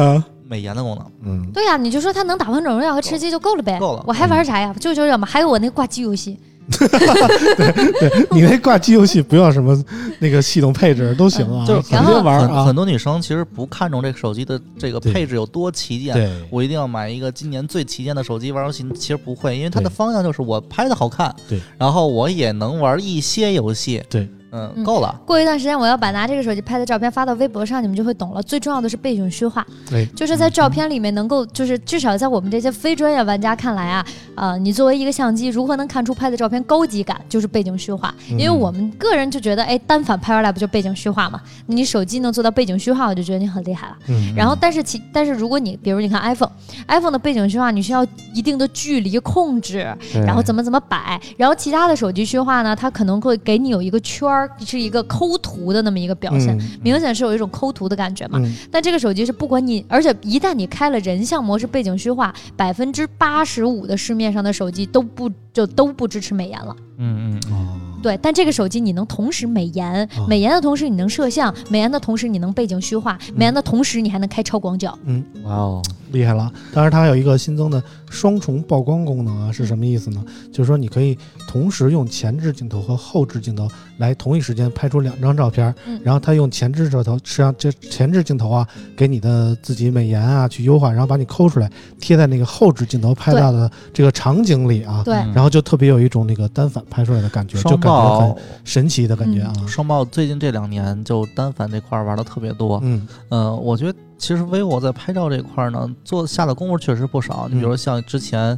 美颜的功能。 对呀，你就说它能打王者荣耀和吃鸡就够了呗。 够了， 我还玩啥呀？就这嘛，还有我那挂机游戏。 对，你那挂机游戏不要什么那个系统配置都行啊， 就是直接玩啊。 很多女生其实不看重这个手机的这个配置有多旗舰， 对， 我一定要买一个今年最旗舰的手机玩游戏，其实不会，因为它的方向就是我拍的好看， 对， 然后我也能玩一些游戏， 对。 够了。 过一段时间，我要把拿这个手机拍的照片发到微博上，你们就会懂了。最重要的是背景虚化，就是在照片里面能够，就是至少在我们这些非专业玩家看来啊，你作为一个相机，如何能看出拍的照片高级感，就是背景虚化。因为我们个人就觉得，哎，单反拍出来不就背景虚化嘛？你手机能做到背景虚化，我就觉得你很厉害了。然后，但是如果你比如你看 iPhone 的背景虚化，你需要一定的距离控制，然后怎么摆，然后其他的手机虚化呢，它可能会给你有一个圈儿，是一个抠图的那么一个表现，明显是有一种抠图的感觉嘛。但这个手机是不管你，而且一旦你开了人像模式背景虚化，85%的市面上的手机都不支持美颜了。对，但这个手机你能同时美颜，美颜的同时你能摄像，美颜的同时你能背景虚化，美颜的同时你还能开超广角。 哇哦，厉害了！当然，它还有一个新增的双重曝光功能啊，是什么意思呢？就是说你可以同时用前置镜头和后置镜头来同一时间拍出2张照片，然后它用前置镜头，实际上这前置镜头啊，给你的自己美颜啊去优化，然后把你抠出来贴在那个后置镜头拍到的这个场景里啊， 对， 然后就特别有一种那个单反拍出来的感觉，就感觉很神奇的感觉啊。 双豹最近这2年就单反这块玩的特别多，我觉得其实 vivo 在拍照这块呢下的功夫确实不少。你比如像之前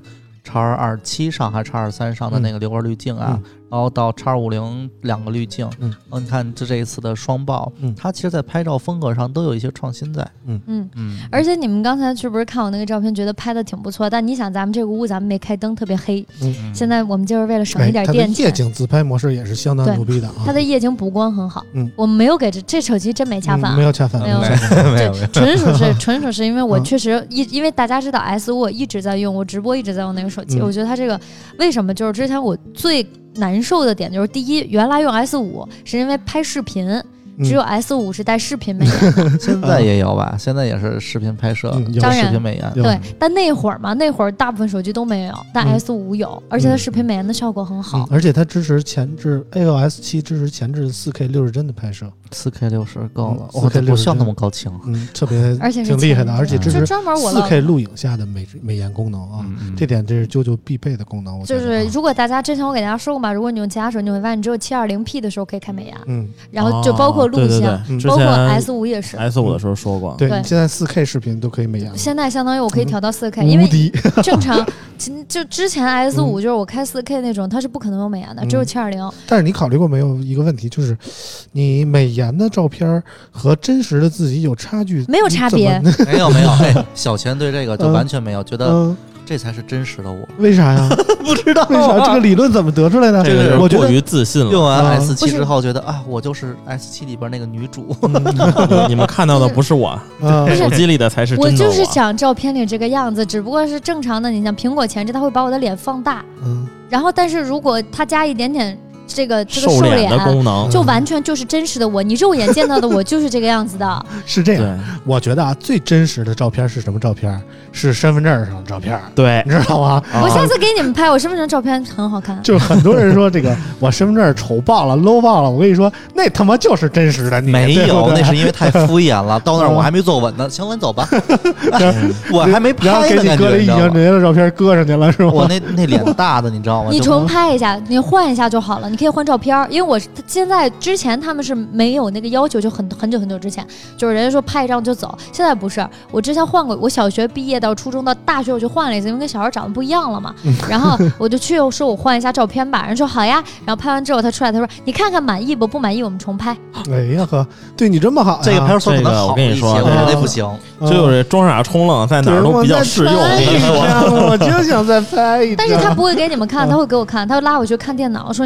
X27 上还 X23 上的那个流纹滤镜啊，然后到 X50 2个滤镜，你看这一次的双豹，它其实在拍照风格上都有一些创新在。 而且你们刚才是不是看我那个照片觉得拍的挺不错？但你想咱们这个屋咱们没开灯，特别黑，现在我们就是为了省一点电钱。 它的夜景自拍模式也是相当牛逼的啊！ 它的夜景补光很好。我们没有给这手机真没恰饭， 没有恰饭， 没有，纯属是因为我确实因为大家知道 S5我一直在用，我直播一直在用那个手机，我觉得它这个为什么就是之前我最难受的点就是第一，原来用 S5是因为拍视频，只有 S5是带视频美颜的。 现在也有吧？现在也是视频拍摄，有视频美颜。 对，但那会儿大部分手机都没有，但 S5有，而且它视频美颜的效果很好。 而且它支持前置 AOS7 支持前置4K 60帧的拍摄。 4K 60够了，4K 不需要那么高清， 特别挺厉害的，而且支持4K 录影下的美颜功能啊，这点这是啾必备的功能。 就是如果大家之前我给大家说过嘛，如果你用其他手机，你会发现你只有720P 的时候可以开美颜，然后就包括录像，包括 S5也是 ，S5 的时候说过， 对，现在4K 视频都可以美颜， 现在相当于我可以调到4K，因为正常就之前 S5 就是我开4K 那种，它是不可能有美颜的，只有720。 但是你考虑过没有一个问题，就是你美颜的照片和真实的自己有差距？ 没有差别， 没有。哎，小钱对这个就完全没有，觉得这才是真实的我。 为啥呀？ 不知道为啥这个理论怎么得出来的？ 这个我过于自信了。 用完 S7 之后，觉得我就是 S7 里边那个女主。 你们看到的不是我，手机里的才是真的我就是想照片里这个样子，只不过是正常的。你像苹果前置，它会把我的脸放大，然后但是如果它加一点点。这个瘦脸的功能就完全就是真实的我，你肉眼见到的我就是这个样子的。 是这样，我觉得最真实的照片是什么照片？是身份证上的照片。 对， 你知道吗？ 我下次给你们拍我身份证照片很好看。 就是很多人说这个我身份证丑爆了 low 爆了，我跟你说那他妈就是真实的。 没有，那是因为太敷衍了。到那儿我还没坐稳呢，行，咱走吧。我还没拍呢， 给你搁了一张人家的照片搁上去了是吧？ 我那脸大的你知道吗？ 你重拍一下，你换一下就好了。你可以换照片，因为我现在之前他们是没有那个要求，就很久之前，就是人家说拍一张就走。现在不是，我之前换过，我小学毕业到初中到大学我就换了一次，因为跟小孩长得不一样了嘛。然后我就去说我换一下照片吧，人说好呀。然后拍完之后他出来他说你看看满意不满意我们重拍。 哎呀呵，对你这么好， 这个派出所可能好我跟你说， 那不行， 就是装傻充愣，在哪儿都比较适用。我跟你说， 我就想再拍一张。 但是他不会给你们看，他会给我看，他会拉我去看电脑，说你觉得这个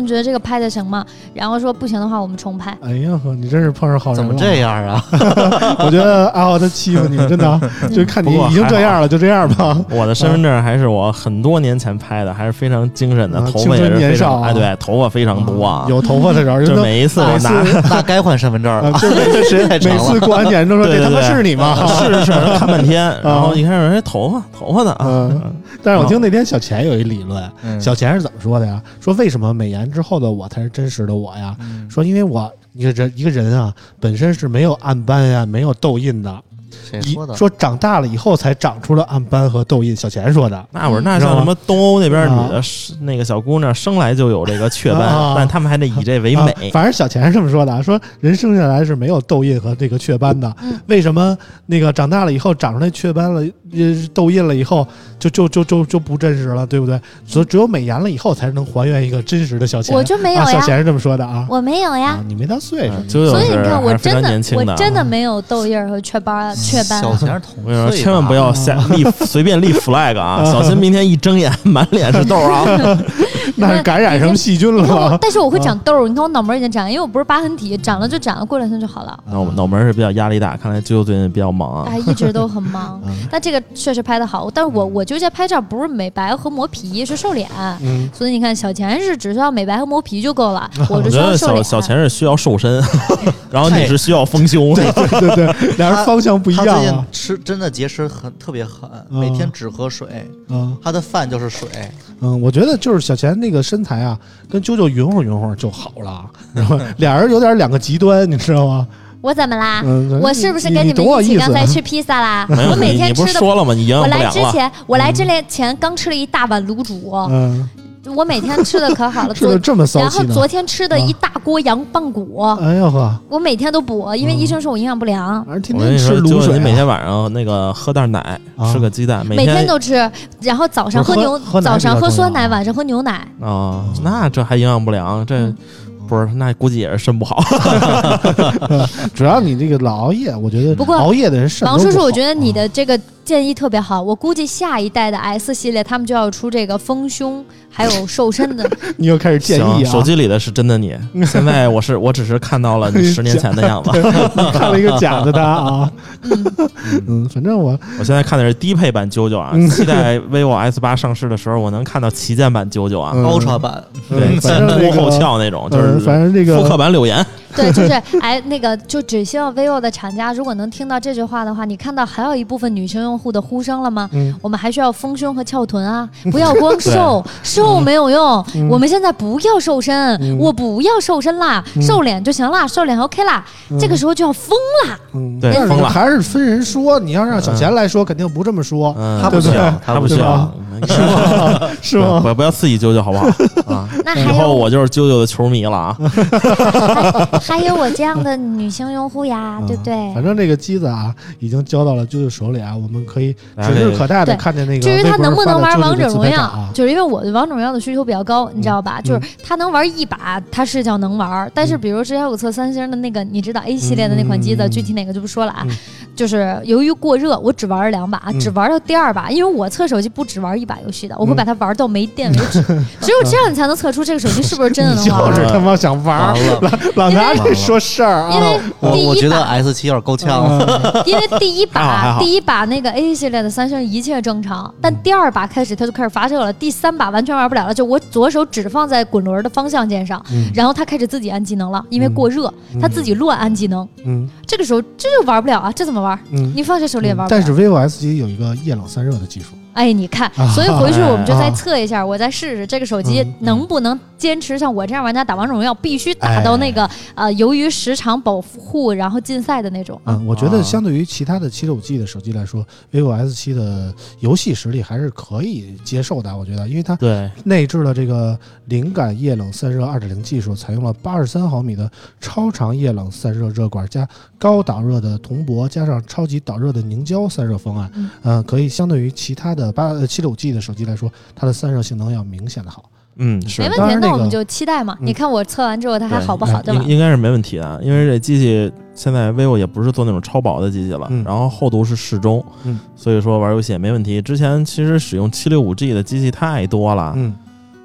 拍的行吗？然后说不行的话我们重拍。 哎呀呵，你真是碰上好人了。 怎么这样啊？ 我觉得阿豪他欺负你，真的，就看你已经这样了，就这样吧。 我的身份证还是我很多年前拍的，还是非常精神的，头发也是非常哎，对，头发非常多啊。 有头发的时候， 就每一次我拿那该换身份证了， 时间太长了。每次过完年都说这他妈是你吗？ 是看半天，然后一开始头发的。 但是我听那天小钱有一理论，小钱是怎么说的呀？说为什么美颜之后的我才是真实的我呀？说因为我一个人啊，本身是没有暗斑呀，没有痘印的。 谁说的？ 说长大了以后才长出了暗斑和痘印。小钱说的。 那我说那像什么东欧那边女的，那个小姑娘生来就有这个雀斑，但他们还得以这为美。 反正小钱是这么说的，说人生下来是没有痘印和这个雀斑的。为什么那个长大了以后长出来雀斑了、痘印了以后就不真实了，对不对？所以只有美颜了以后才能还原一个真实的小钱。 我就没有呀， 小钱是这么说的啊。 我没有呀， 你没到岁数， 所以你看我真的没有痘印和雀斑。 小钱是同岁， 千万不要随便立 flag 啊！小心明天一睁眼满脸是痘啊！ 那是感染什么细菌了吗？ 但是我会长痘，你看我脑门已经长，因为我不是疤痕体，长了就长了，过2天就好了。 脑门是比较压力大，看来啾啾最近比较忙啊。 一直都很忙，但这个确实拍得好。但是我纠结拍照不是美白和磨皮，是瘦脸。所以你看小钱是只需要美白和磨皮就够了，我就需要瘦脸。 小钱是需要瘦身，然后你是需要丰胸。 对，俩人方向不一样。 他最近吃真的节食特别狠，每天只喝水，他的饭就是水。 我觉得就是小钱那个身材啊，跟啾啾匀乎就好了，然后俩人有点两个极端，你知道吗？ 我怎么啦？我是不是跟你们一起刚才吃披萨啦？我每天吃的， 你不是说了吗？你营养不良了。我来之前刚吃了一大碗卤煮。我每天吃的可好了，然后昨天吃的一大锅羊棒骨。 哎呦呵！ 我每天都补，因为医生说我营养不良。 天天吃卤水， 你每天晚上那个喝袋奶，吃个鸡蛋，每天都吃。然后早上早上喝酸奶，晚上喝牛奶。 那这还营养不良？这不是？那估计也是肾不好。 主要你这个老熬夜，我觉得不过熬夜的人肾。 王叔叔，我觉得你的这个建议特别好，我估计下一代的 S 系列他们就要出这个丰胸还有瘦身的。 你又开始建议啊？ 手机里的是真的你，现在我只是看到了你10年前的样子， 看了一个假的他啊。反正我现在看的是低配版啾啾啊，期待 vivo S8 上市的时候，我能看到旗舰版啾啾啊， 高超版， 对，前凸后翘那种，就是反正这个复刻版柳岩。 对，就是那个就只希望 vivo 的厂家如果能听到这句话的话，你看到还有一部分女性用户的呼声了吗？我们还需要丰胸和翘臀啊，不要光瘦没有用。我们现在不要瘦身，我不要瘦身啦，瘦脸就行了，瘦脸 OK 啦。这个时候就要疯啦。 对，疯了。 还是分人说，你要让小钱来说，肯定不这么说。 他不行，他不行， 是吗？ 不要刺激啾啾好不好？啊，以后我就是啾啾的球迷了啊。 还有我这样的女性用户呀，对不对？ 反正这个机子啊，已经交到了啾啾手里啊，我们可以指日可待的看见那个。 至于他能不能玩王者荣耀，就是因为我对王者荣耀的需求比较高，你知道吧？就是他能玩一把，他是叫能玩，但是比如之前我测3星的那个，你知道 A 系列的那款机子，具体哪个就不说了啊。就是由于过热，我只玩了2把，只玩到第2把，因为我测手机不只玩1把游戏的，我会把它玩到没电为止。只有这样你才能测出这个手机是不是真的能玩。 就是他妈想玩老拿这说事儿啊！ 因为我觉得 S7有点够呛了。 因为第一把那个 A 系列的3星一切正常，但第2把开始它就开始发热了，第3把完全玩不了了。就我左手只放在滚轮的方向键上，然后它开始自己按技能了，因为过热，它自己乱按技能。这个时候这就玩不了啊，这怎么玩？你放谁手里也玩不了。 但是 vivo S 机有一个液冷散热的技术。 哎，你看，所以回去我们就再测一下，我再试试这个手机能不能坚持像我这样玩家打王者荣耀，必须打到那个由于时长保护然后禁赛的那种。 我觉得相对于其他的765G 的手机来说，vivo S7的游戏实力还是可以接受的。我觉得，因为它内置了这个灵感液冷散热 2.0 技术，采用了83毫米的超长液冷散热热管，加高导热的铜箔，加上超级导热的凝胶散热方案，可以相对于其他的765G 的手机来说，它的散热性能要明显的好。 是没问题，那我们就期待嘛。你看我测完之后它还好不好，对吧？ 应该是没问题的，因为这机器现在 vivo 也不是做那种超薄的机器了，然后厚度是适中，所以说玩游戏也没问题。之前其实使用765G 的机器太多了，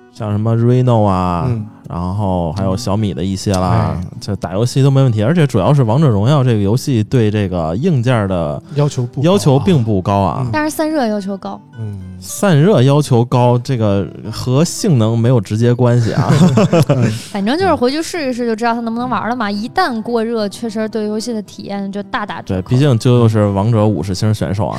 像什么 Reno 啊，然后还有小米的一些啦，这打游戏都没问题。而且主要是王者荣耀这个游戏对这个硬件的要求并不高啊， 但是散热要求高。 散热要求高，这个和性能没有直接关系啊。 反正就是回去试一试就知道它能不能玩了嘛。一旦过热，确实对游戏的体验就大打折扣。 对，毕竟就是王者50星选手啊。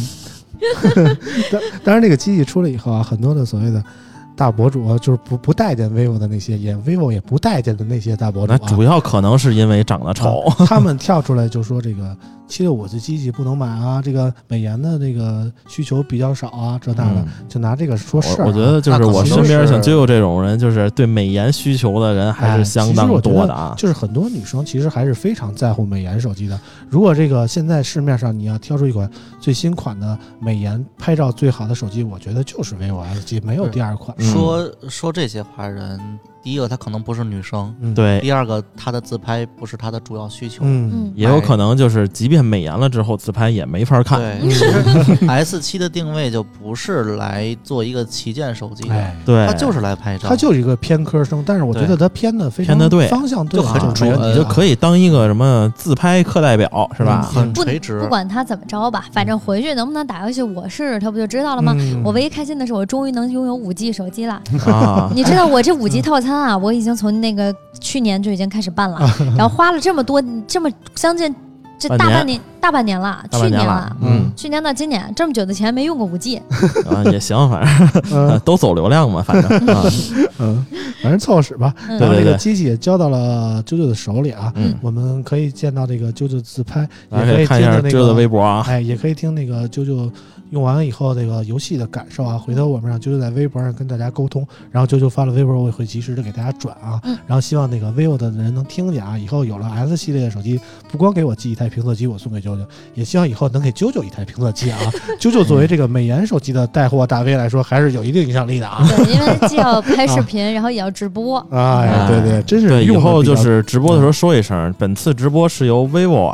当然这个机器出来以后啊，很多的所谓的大博主就是不待见 vivo 的那些，也 vivo 也不待见的那些大博主， 那主要可能是因为长得丑， 他们跳出来就说这个765这机器不能买啊，这个美颜的这个需求比较少啊，这那的，就拿这个说事儿。 我觉得就是我身边像啾啾这种人，就是对美颜需求的人还是相当多的啊。 就是很多女生其实还是非常在乎美颜手机的。如果这个现在市面上你要挑出一款最新款的美颜拍照最好的手机，我觉得就是 vivo S7，没有第二款。 说这些话人，第一个她可能不是女生， 对； 第二个她的自拍不是她的主要需求， 也有可能就是即便美颜了之后，自拍也没法看。 对，其实 S7 的定位就不是来做一个旗舰手机的， 对， 它就是来拍照， 它就是一个偏科生，但是我觉得它偏的非常对， 方向对， 就很准，你就可以当一个什么自拍课代表，是吧？ 很垂直。 不管它怎么着吧，反正回去能不能打游戏，我试试，它不就知道了吗？我唯一开心的是，我终于能拥有5G 手机了。你知道我这5G 套餐啊，我已经从那个去年就已经开始办了，然后花了这么将近这大半年了，去年了，去年到今年这么久的钱没用过5G 啊，也行，反正都走流量嘛，反正反正凑合使吧。 然后这个机器也交到了啾啾的手里啊，我们可以见到这个啾啾自拍，也可以看一下啾啾的微博啊， 也可以听那个啾啾用完了以后这个游戏的感受啊，回头我们让啾啾在微博上跟大家沟通，然后啾啾发了微博，我也会及时的给大家转啊，然后希望那个 vivo 的人能听见啊，以后有了 S 系列的手机，不光给我寄一台评测机，我送给啾啾，也希望以后能给啾啾一台评测机啊。啾啾作为这个美颜手机的带货大 V 来说，还是有一定影响力的啊。 对，因为既要拍视频，然后也要直播。 哎，对对，真是对。以后就是直播的时候说一声，本次直播是由 vivo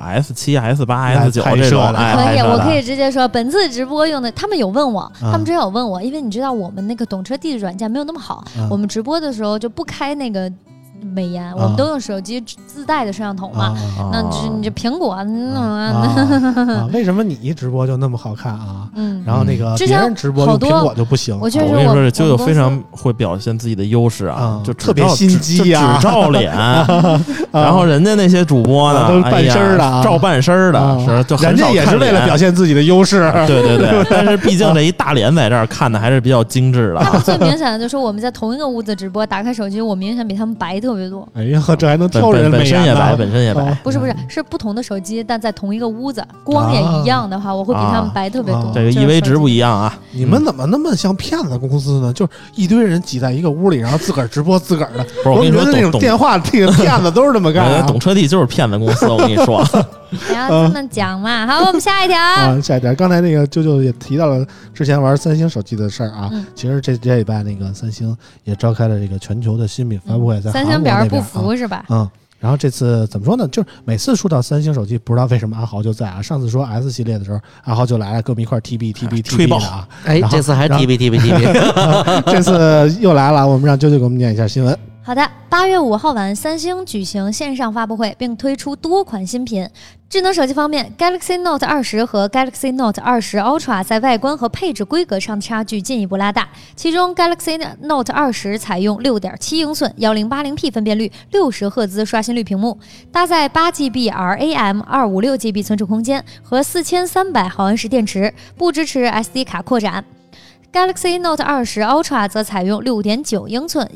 S7、S8、S9 这种。 可以，我可以直接说，本次直播用的，他们有问我，他们之前有问我，因为你知道我们那个懂车帝的软件没有那么好，我们直播的时候就不开那个美颜，我们都用手机自带的摄像头嘛。那你这苹果， 为什么你一直播就那么好看啊？然后那个别人直播用苹果就不行。 我跟你说，这啾啾非常会表现自己的优势啊，就特别心机啊，只照脸。然后人家那些主播呢， 都半身的， 照半身的，就人家也是为了表现自己的优势。 对对对，但是毕竟这一大脸在这儿看的还是比较精致的。 他们最明显的就是我们在同一个屋子直播，打开手机，我明显比他们白特别多。 哎呀，这还能挑人本身也白，本身也白。 不是，是不同的手机，但在同一个屋子，光也一样的话，我会比他们白特别多。 这个EV值不一样啊！ 你们怎么那么像骗子公司呢？就是一堆人挤在一个屋里，然后自个儿直播自个儿的。 不是，我跟你说， 那种电话这个骗子都是这么干。 懂车帝就是骗子公司，我跟你说。 不要这么讲嘛。好，我们下一条。 下一条，刚才那个啾啾也提到了之前玩三星手机的事儿啊。其实这礼拜那个三星也召开了这个全球的新品发布会，在韩国那边。 三星表示不服是吧？ 然后这次怎么说呢？就是每次说到三星手机，不知道为什么阿豪就在啊。上次说 S 系列的时候，阿豪就来了，跟我们一块TB 吹爆啊。 哎，这次还 TB， 这次又来了，我们让啾啾给我们念一下新闻。 好的，8月5号晚，三星举行线上发布会，并推出多款新品。智能手机方面 ，Galaxy Note 20和 Galaxy Note 20 Ultra 在外观和配置规格上的差距进一步拉大。其中 Galaxy Note 20采用 6.7 英寸 1080p 分辨率60赫兹刷新率屏幕，搭载 8GB RAM 256GB 存储空间和4300毫安时电池，不支持 SD 卡扩展。Galaxy Note 20 Ultra 则采用 6.9 英寸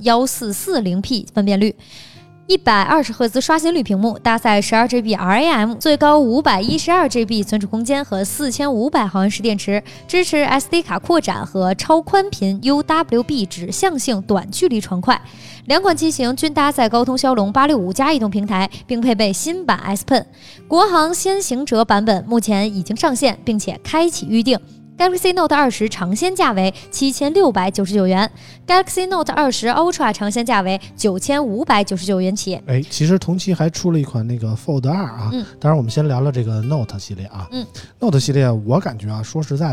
1440p 分辨率，120赫兹刷新率屏幕，搭载 12GB RAM， 最高 512GB 存储空间和4500毫安时电池，支持 SD 卡扩展和超宽频 UWB 指向性短距离传快。两款机型均搭载高通骁龙865+移动平台，并配备新版 S Pen。国行先行者版本目前已经上线，并且开启预定。Galaxy Note 20尝鲜价为7699元 ，Galaxy Note 20 Ultra 尝鲜价为9599元起。 其实同期还出了一款那个 Fold 2啊。当然我们先聊聊这个 Note 系列啊。Note 系列我感觉啊，说实在的，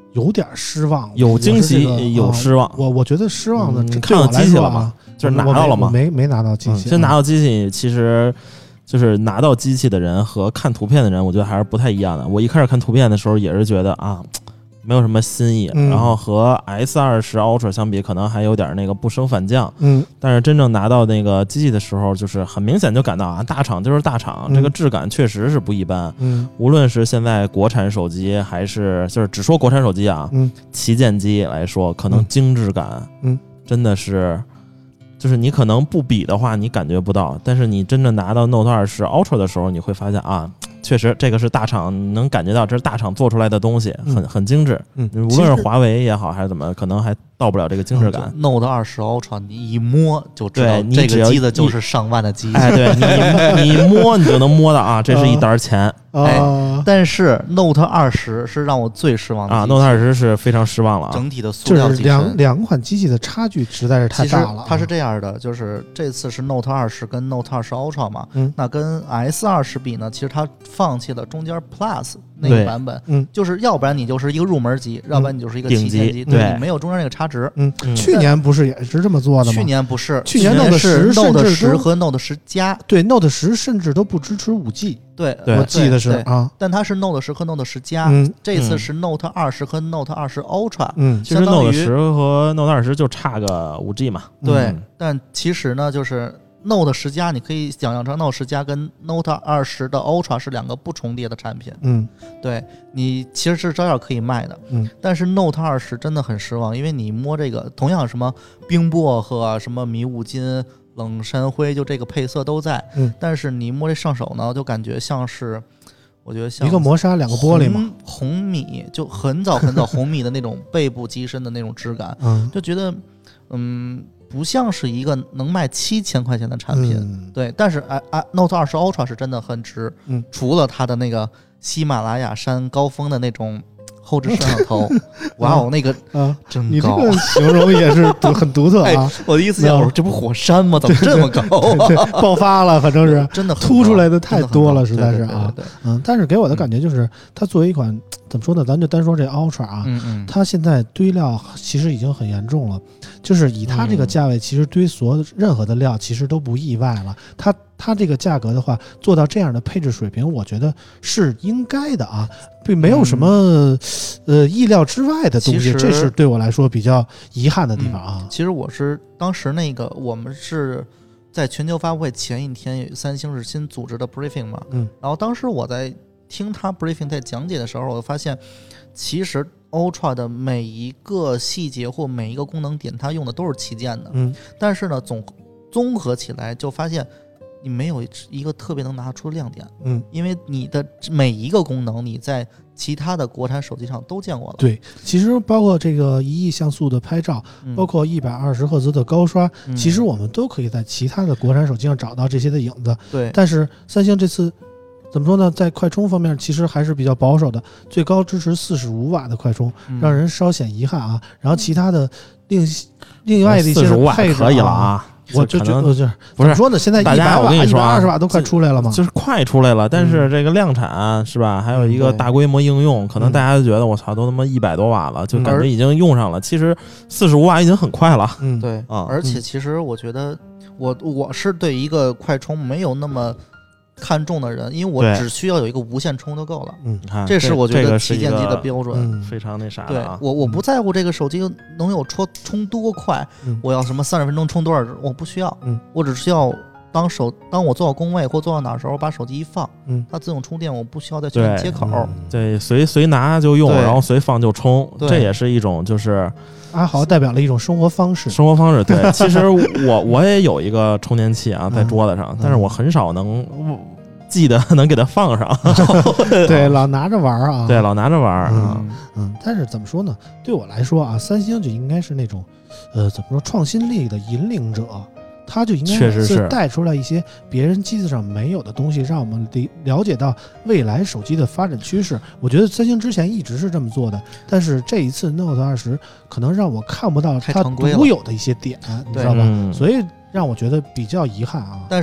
有点失望， 有惊喜，有失望。 我觉得失望的， 看到机器了吗？就是拿到了吗？ 没拿到机器。 先拿到机器，其实就是拿到机器的人和看图片的人，我觉得还是不太一样的。我一开始看图片的时候也是觉得啊，没有什么新意，然后和 S20 Ultra 相比，可能还有点那个不升反降。但是真正拿到那个机器的时候，就是很明显就感到啊，大厂就是大厂，这个质感确实是不一般。无论是现在国产手机，还是就是只说国产手机啊，旗舰机来说，可能精致感，真的是。就是你可能不比的话，你感觉不到，但是你真正拿到 Note 20 Ultra 的时候，你会发现啊，确实这个是大厂能感觉到，这是大厂做出来的东西，很精致。无论是华为也好，还是怎么，可能还到不了这个精致感。 Note 20 Ultra 你一摸就知道，这个机子就是上万的机器。 哎，对你摸你就能摸到啊，这是一沓钱。 但是 Note 20是让我最失望的啊 ，Note 20是非常失望了啊。 整体的塑料机身， 两款机器的差距实在是太大了。 它是这样的，就是这次是 Note 20跟 Note 20 Ultra 嘛，那跟 S20 比呢，其实它放弃了中间 Plus 那个版本，就是要不然你就是一个入门机，要不然你就是一个旗舰机，对，你没有中间那个差值。 去年不是也是这么做的吗？ 去年不是， 去年 Note 10 Note 10和 Note 10加， 对 Note 10甚至都不支持5G。 对， 我记得是啊， 但它是 Note 10和 Note 10加，这次是 Note 20和 Note 20 Ultra， 其实 Note 10和 Note 20就差个5G 嘛。 对，但其实呢，就是 Note 10加，你可以想象成 Note 10加跟 Note 20的 Ultra 是两个不重叠的产品。对，你其实是照样可以卖的。但是 Note 20真的很失望，因为你摸这个，同样什么冰薄荷、什么迷雾金、冷山灰，就这个配色都在，但是你摸这上手呢，就感觉像是，我觉得像一个磨砂两个玻璃嘛， 红米就很早红米的那种背部机身的那种质感，就觉得不像是一个能卖7000块钱的产品。对，但是Note 20 Ultra 是真的很值，除了它的那个喜马拉雅山高峰的那种后置摄像头，哇哦，那个真高！ 你这个形容也是很独特啊！ 我第一次见，我说这不火山吗？怎么这么高啊？ 爆发了，反正是真的凸出来的太多了，实在是啊。但是给我的感觉就是，它作为一款怎么说呢？咱就单说这 Ultra 啊，它现在堆料其实已经很严重了，就是以它这个价位，其实堆任何的料其实都不意外了。它这个价格的话，做到这样的配置水平，我觉得是应该的啊，并没有什么意料之外的东西，这是对我来说比较遗憾的地方啊。 其实我是当时我们是在全球发布会前一天，三星是新组织的 briefing 嘛，然后当时我在听他 briefing 在讲解的时候，我发现其实 Ultra 的每一个细节或每一个功能点，它用的都是旗舰的，但是呢，综合起来就发现你没有一个特别能拿出的亮点，因为你的每一个功能你在其他的国产手机上都见过了。 对，其实包括这个1亿像素的拍照，包括120赫兹的高刷，其实我们都可以在其他的国产手机上找到这些的影子。 对， 但是三星这次怎么说呢，在快充方面其实还是比较保守的，最高支持45瓦的快充，让人稍显遗憾啊。然后其他的另外的一些配置可以了啊。 我就觉得不是说呢，现在100瓦、120瓦都快出来了嘛， 就是快出来了，但是这个量产是吧？还有一个大规模应用，可能大家就觉得我操，都他妈100多瓦了，就感觉已经用上了。其实45瓦已经很快了。 对啊，而且其实我觉得我是对一个快充没有那么看重的人，因为我只需要有一个无线充就够了。这是我觉得旗舰机的标准， 非常那啥的啊。 对，我不在乎这个手机能有充多快，我要什么30分钟充多少，我不需要。我只需要当我坐到工位或坐到哪的时候，把手机一放，它自动充电，我不需要再去接口。 对，随拿就用，然后随放就充，这也是一种就是阿豪代表了一种生活方式。 对，其实我也有一个充电器啊，在桌子上，但是我很少能记得能给它放上。 对，老拿着玩啊。 对，老拿着玩啊。 但是怎么说呢？对我来说啊，三星就应该是那种怎么说创新力的引领者。它就应该是带出来一些别人机子上没有的东西，让我们了解到未来手机的发展趋势。我觉得三星之前一直是这么做的，但是这一次 Note 20可能让我看不到它独有的一些点，你知道吧？所以让我觉得比较遗憾啊。 但是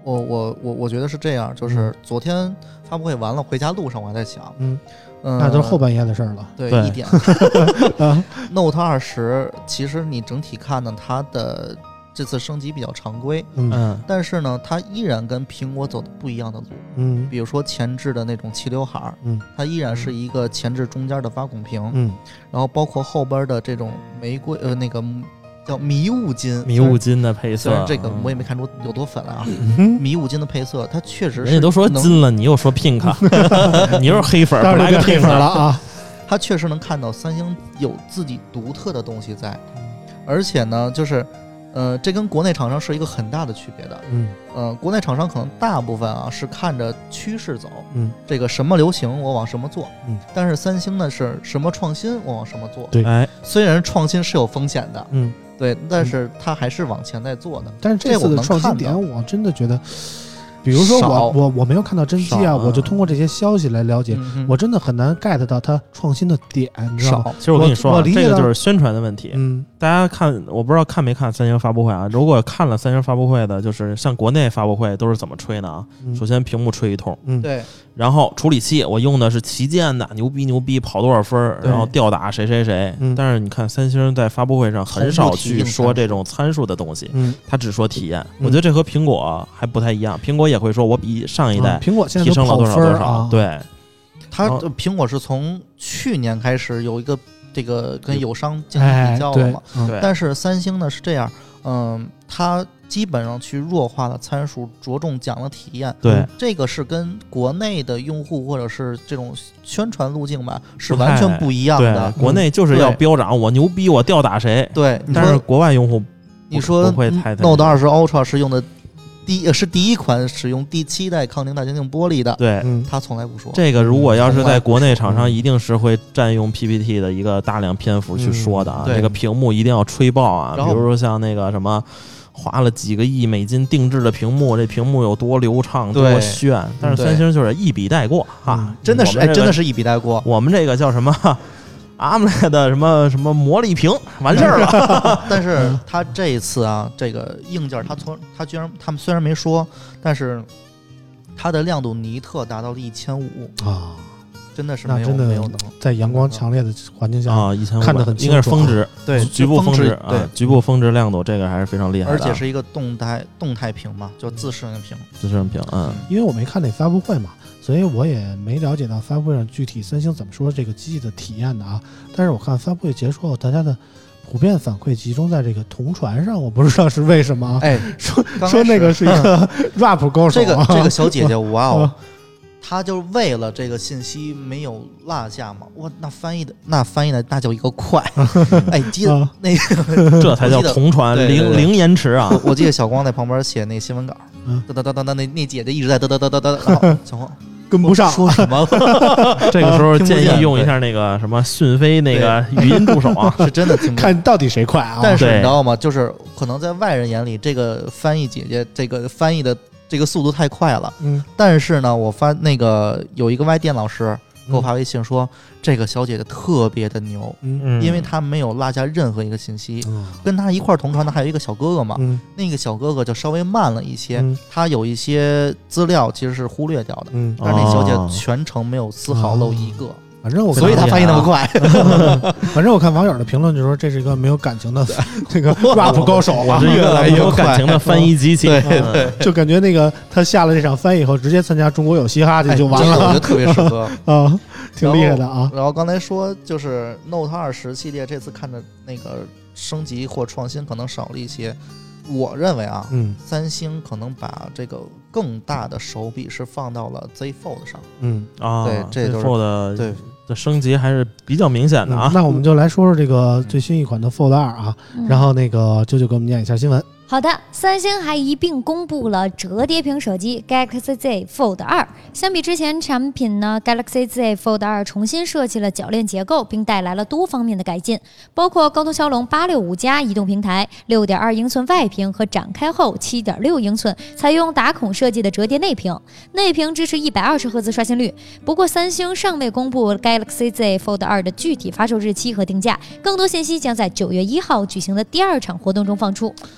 我觉得是这样，就是昨天发布会完了，回家路上我还在想， 那都是后半夜的事儿了。 对，1点。Note 20其实你整体看呢，它的这次升级比较常规，但是呢，它依然跟苹果走的不一样的路，比如说前置的那种齐刘海，它依然是一个前置中间的挖孔屏，然后包括后边的这种玫瑰那个叫迷雾金的配色， 虽然这个我也没看出有多粉啊，迷雾金的配色，它确实是人家都说金了，你又说 pink， 你又是黑粉， 不来个 pink 了啊！ 它确实能看到三星有自己独特的东西在，而且呢，就是这跟国内厂商是一个很大的区别的。国内厂商可能大部分啊是看着趋势走，这个什么流行我往什么做，但是三星呢是什么创新我往什么做。 对， 虽然创新是有风险的，对，但是它还是往前在做的。 但是这次的创新点，我真的觉得。比如说我没有看到真机啊，我就通过这些消息来了解，我真的很难 get 到它创新的点，你知道吗？ 其实我跟你说，这个就是宣传的问题。大家看，我不知道看没看三星发布会啊？如果看了三星发布会的，就是像国内发布会都是怎么吹呢啊？首先屏幕吹一通， 对， 然后处理器我用的是旗舰的，牛逼，跑多少分，然后吊打谁。但是你看三星在发布会上很少去说这种参数的东西，他只说体验。我觉得这和苹果还不太一样，苹果也会说我比上一代苹果现在提升了多少，对， 它苹果是从去年开始有一个这个跟友商进行比较了嘛，但是三星呢是这样，它基本上去弱化了参数，着重讲了体验。 对， 这个是跟国内的用户或者是这种宣传路径吧，是完全不一样的。 国内就是要标涨，我牛逼，我吊打谁。 对， 但是国外用户你说不会太 Note 20 Ultra 是用的是第一款使用第7代康宁大猩猩玻璃的， 对， 他从来不说。 这个如果要是在国内厂商，一定是会占用 PPT 的一个大量篇幅去说的啊。这个屏幕一定要吹爆啊，比如说像那个什么。花了几个亿美金定制的屏幕，这屏幕有多流畅多炫，但是三星就是一笔带过啊， 真的是真的是一笔带过。 我们这个叫什么AMOLED 的什么魔力屏完事儿了。 但是它这一次啊，这个硬件它居然他们虽然没说，但是它的亮度尼特达到了1500啊。真的是没有能在阳光强烈的环境下啊，1500 看得很清楚， 应该是峰值， 对， 局部峰值， 对， 局部峰值亮度，这个还是非常厉害的， 而且是一个动态屏嘛，就自适应屏， 因为我没看那发布会嘛，所以我也没了解到发布会上具体三星怎么说这个机器的体验的啊。但是我看发布会结束后，大家的普遍反馈集中在这个同传上，我不知道是为什么。说那个是一个 rap 高手， 这个小姐姐，哇哦。他就为了这个信息没有落下嘛，哇，那翻译的那叫一个快，哎，记得那个这才叫同传，零延迟啊！ 我记得小光在旁边写那新闻稿，那姐姐一直在小光跟不上， 说什么？ 这个时候建议用一下那个什么讯飞那个语音助手啊， 是真的听不看到底谁快啊！ 但是你知道吗？就是可能在外人眼里，这个翻译姐姐这个翻译的。这个速度太快了，但是呢，我发那个有一个外电老师给我发微信说，这个小姐姐特别的牛，因为她没有落下任何一个信息，跟她一块同传的还有一个小哥哥嘛，那个小哥哥就稍微慢了一些，他有一些资料其实是忽略掉的，但是那小姐全程没有丝毫漏一个。 反正所以他翻译那么快。 反正我看网友的评论就说这是一个没有感情的这个 rap 高手啊， 是越来越有感情的翻译机器。 对， 就感觉那个他下了这场翻译以后，直接参加中国有嘻哈去就完了。 我觉得特别适合啊，挺厉害的啊。 然后刚才说就是 Note 20系列这次看着那个升级或创新可能少了一些。我认为啊，三星可能把这个更大的手笔是放到了 Z Fold 上。对，这就是 Fold 对的升级还是比较明显的啊。 那我们就来说说这个最新一款的 Fold 2啊，然后那个啾啾给我们念一下新闻。 好的，三星还一并公布了折叠屏手机 Galaxy Z Fold 2。相比之前产品呢 ，Galaxy Z Fold 2重新设计了铰链结构，并带来了多方面的改进，包括高通骁龙865+移动平台、6.2英寸外屏和展开后7.6英寸采用打孔设计的折叠内屏，内屏支持120赫兹刷新率。不过，三星尚未公布 Galaxy Z Fold 2的具体发售日期和定价，更多信息将在9月1号举行的第2场活动中放出。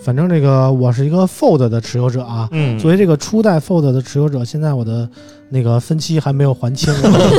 反正这个我是一个 Fold 的持有者啊，作为这个初代 Fold 的持有者，现在我的那个分期还没有还清，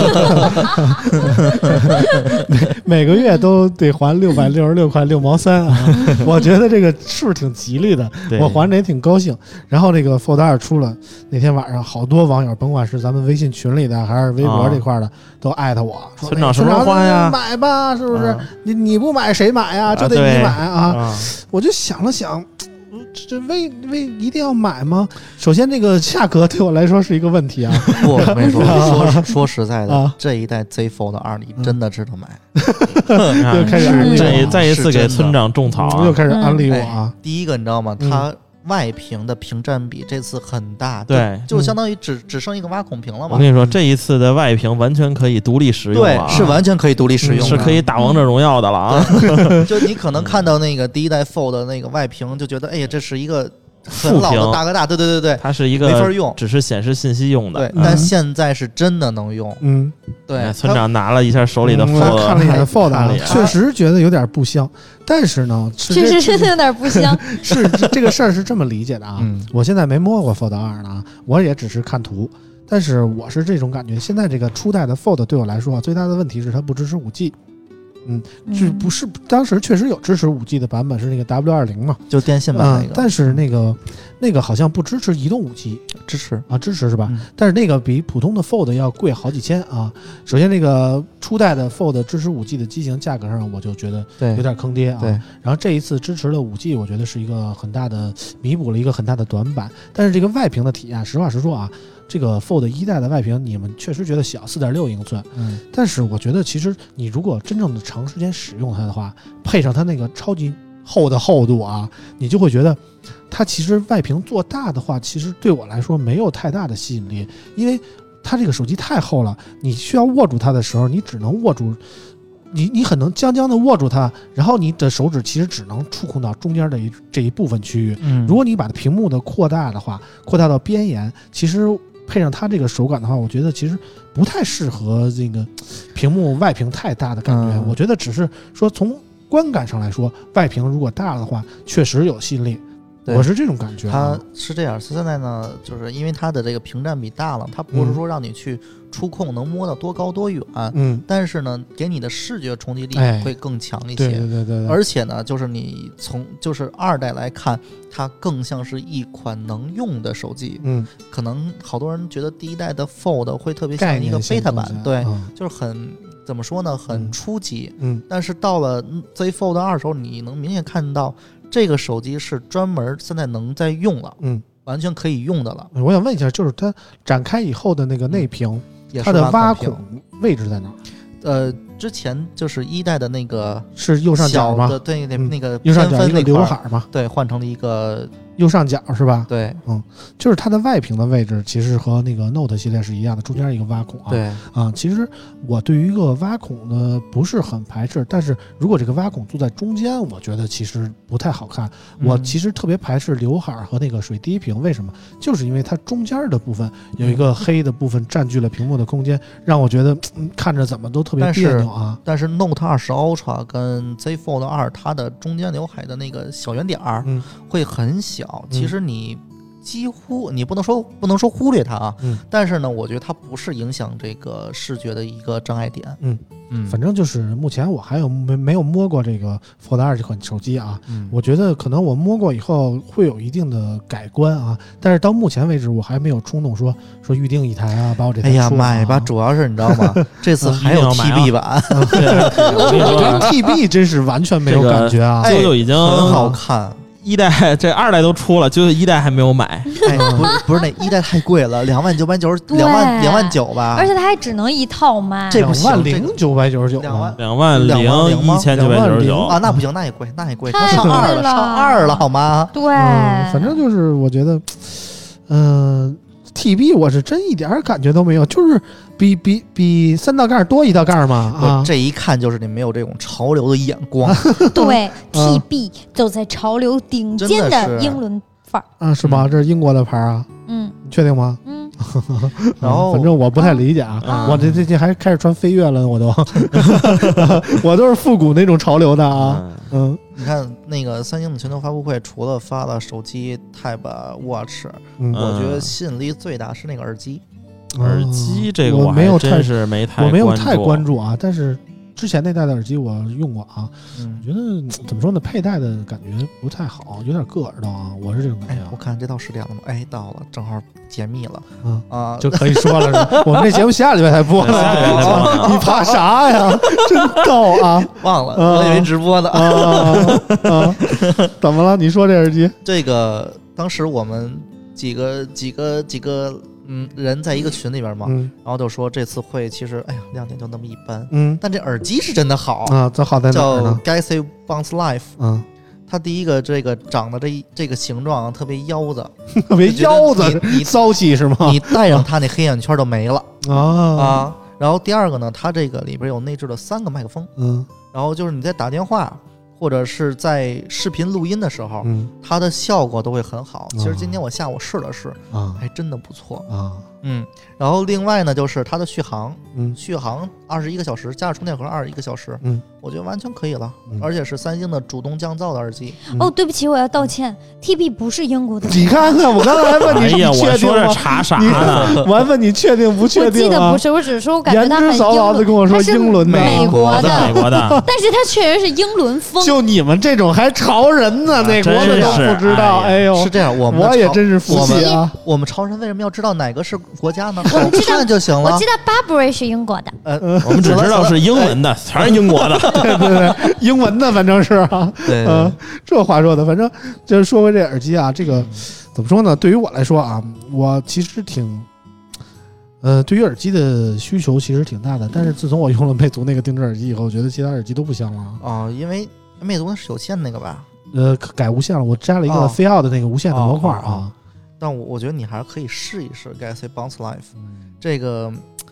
每个月都得还666块6毛3啊！我觉得这个数挺吉利的，我还着也挺高兴。然后这个 Fold 2出了那天晚上，好多网友，甭管是咱们微信群里的还是微博这块的，都艾特我说：“ 村长什么时候还呀？ 买吧，是不是？你不买谁买呀？就得你买啊！”我就想了想。这为一定要买吗？首先，这个价格对我来说是一个问题啊。 我没说实在的，这一代 Z Fold 2你真的值得买。 又开始再一次给村长种草， 又开始安利我啊！ 第一个你知道吗？它外屏的屏占比这次很大， 对， 就相当于只剩一个挖孔屏了嘛。 我跟你说，这一次的外屏完全可以独立使用了， 对，是完全可以独立使用， 是可以打王者荣耀的了啊！ 就你可能看到那个第一代 Fold 的那个外屏，就觉得哎呀，这是一个很老的大哥大，对， 它是一个没法用， 只是显示信息用的。 对，但现在是真的能用。对， 村长拿了一下手里的 Fold， 看了一眼 Fold， 确实觉得有点不香。但是呢， 确实真的有点不香。 是这个事儿是这么理解的啊。我现在没摸过 Fold 2呢，我也只是看图。但是我是这种感觉，现在这个初代的 Fold 对我来说最大的问题是它不支持5G。这不是当时确实有支持5G 的版本，是那个 W20 嘛， 就电信版那个。 但是那个好像不支持移动5G， 支持是吧？但是那个比普通的 Fold 要贵好几千啊。首先，那个初代的 Fold 支持5G 的机型价格上，我就觉得有点坑爹啊。然后这一次支持了5G，我觉得是一个很大的弥补了一个很大的短板。但是这个外屏的体验，实话实说啊。这个 Fold 1代的外屏，你们确实觉得小，4.6英寸，但是我觉得其实你如果真正的长时间使用它的话，配上它那个超级厚的厚度啊，你就会觉得它其实外屏做大的话，其实对我来说没有太大的吸引力，因为它这个手机太厚了，你需要握住它的时候，你只能握住。你很能将的握住它，然后你的手指其实只能触控到中间的这一部分区域。如果你把屏幕的扩大的话，扩大到边沿，其实配上它这个手感的话，我觉得其实不太适合这个屏幕外屏太大的感觉。我觉得只是说从观感上来说，外屏如果大了的话，确实有吸引力。我是这种感觉。 它是这样，现在呢，就是因为它的这个屏占比大了，它不是说让你去触控能摸到多高多远，但是呢，给你的视觉冲击力会更强一些。 对。 而且呢，就是你从2代来看，它更像是一款能用的手机。可能好多人觉得第一代的 Fold 会特别像一个 beta 版，对，就是很怎么说呢，很初级。但是到了 Z Fold 2的时候，你能明显看到。这个手机是专门现在能在用了，完全可以用的了。 我想问一下，就是它展开以后的那个内屏，它的挖孔位置在哪？ 之前就是1代的那个是右上角吗？ 对，那个右上角一个刘海嘛， 对，换成了一个右上角是吧？ 对， 就是它的外屏的位置其实和那个 Note 系列是一样的，中间一个挖孔啊。 对其实我对于一个挖孔呢不是很排斥，但是如果这个挖孔做在中间，我觉得其实不太好看。我其实特别排斥刘海和那个水滴屏，为什么？就是因为它中间的部分有一个黑的部分占据了屏幕的空间，让我觉得看着怎么都特别别扭啊。 但是 Note 20 Ultra 跟 Z Fold 2它的中间刘海的那个小圆点会很小，其实你几乎你不能说忽略它啊，但是呢，我觉得它不是影响这个视觉的一个障碍点。 反正就是目前我还有没有摸过这个 Fold 2这款手机啊，我觉得可能我摸过以后会有一定的改观啊，但是到目前为止我还没有冲动说预定一台啊，把我这台买吧，主要是你知道吗？这次还有 TB 版， 我觉得 TB 真是完全没有感觉啊， 就已经很好看。 1代这2代都出了，就1代还没有买。 不是那1代太贵了，2990，2万9吧。 而且它还只能一套卖 ，20999，2 万01999 啊，那不行，那也贵，它上2了好吗？ 对， 反正就是我觉得，TB 我是真一点感觉都没有，就是比3道杠多1道杠嘛。 这一看就是你没有这种潮流的眼光。 对，TB 走在潮流顶尖的英伦范儿。 是吧？这是英国的牌啊。你确定吗？ 然后反正我不太理解啊。我这还开始穿飞跃了，我都是复古那种潮流的啊。 你看那个三星的全球发布会，除了发了手机 Tab Watch，我觉得吸引力最大是那个耳机。 耳机这个我没有真是没太关注啊，但是之前那代的耳机我用过啊，我觉得怎么说呢，佩戴的感觉不太好，有点硌耳朵啊，我是这种感觉。 我看这到10点了吗？到了，正好解密了， 就可以说了是吧？我们这节目下礼拜才播呢，你怕啥呀？真逗啊！ 忘了，我以为直播的怎么了？你说这耳机？ 这个当时我们几个人在一个群里边嘛，然后就说这次会其实亮点就那么一般，但这耳机是真的好啊，这好在哪儿呢？ 叫 Galaxy Bounce Life，它第一个这个长得这个形状特别腰子， 特别腰子，你骚气是吗？ 你戴上它那黑眼圈就没了啊。然后第二个呢，它这个里边有内置了3个麦克风，然后就是你在打电话或者是在视频录音的时候，它的效果都会很好。其实今天我下午试了试，还真的不错啊。然后另外呢，就是它的续航，续航21个小时，加上充电盒21个小时，我觉得完全可以了。而且是三星的主动降噪的耳机。 对不起，我要道歉 ，TP 不是英国的。 你看看，我刚才还问你， 我说这查啥呢？ 我还问你确定不确定？ 我记得不是，我只是说我感觉它很言之凿凿的跟我说英伦的， 美国的， 但是它确实是英伦风。 就你们这种还潮人呢，哪国的都不知道。哎呦， 是这样， 我也真是服气啊。 我们潮人为什么要知道哪个是国家呢？看就行了。 我知道 Burberry 是英国的， 我们只知道是英文的，全是英国的。 对，英文的反正是啊。 对， 这话说的，反正就是说回这耳机啊，这个怎么说呢？对于我来说啊，我其实挺，对于耳机的需求其实挺大的。但是自从我用了魅族那个定制耳机以后，我觉得其他耳机都不香了。 因为魅族是有线那个吧？ 改无线了，我加了一个飞奥的那个无线的模块啊。 但我觉得你还是可以试一试 Galaxy Bounce Life，这个，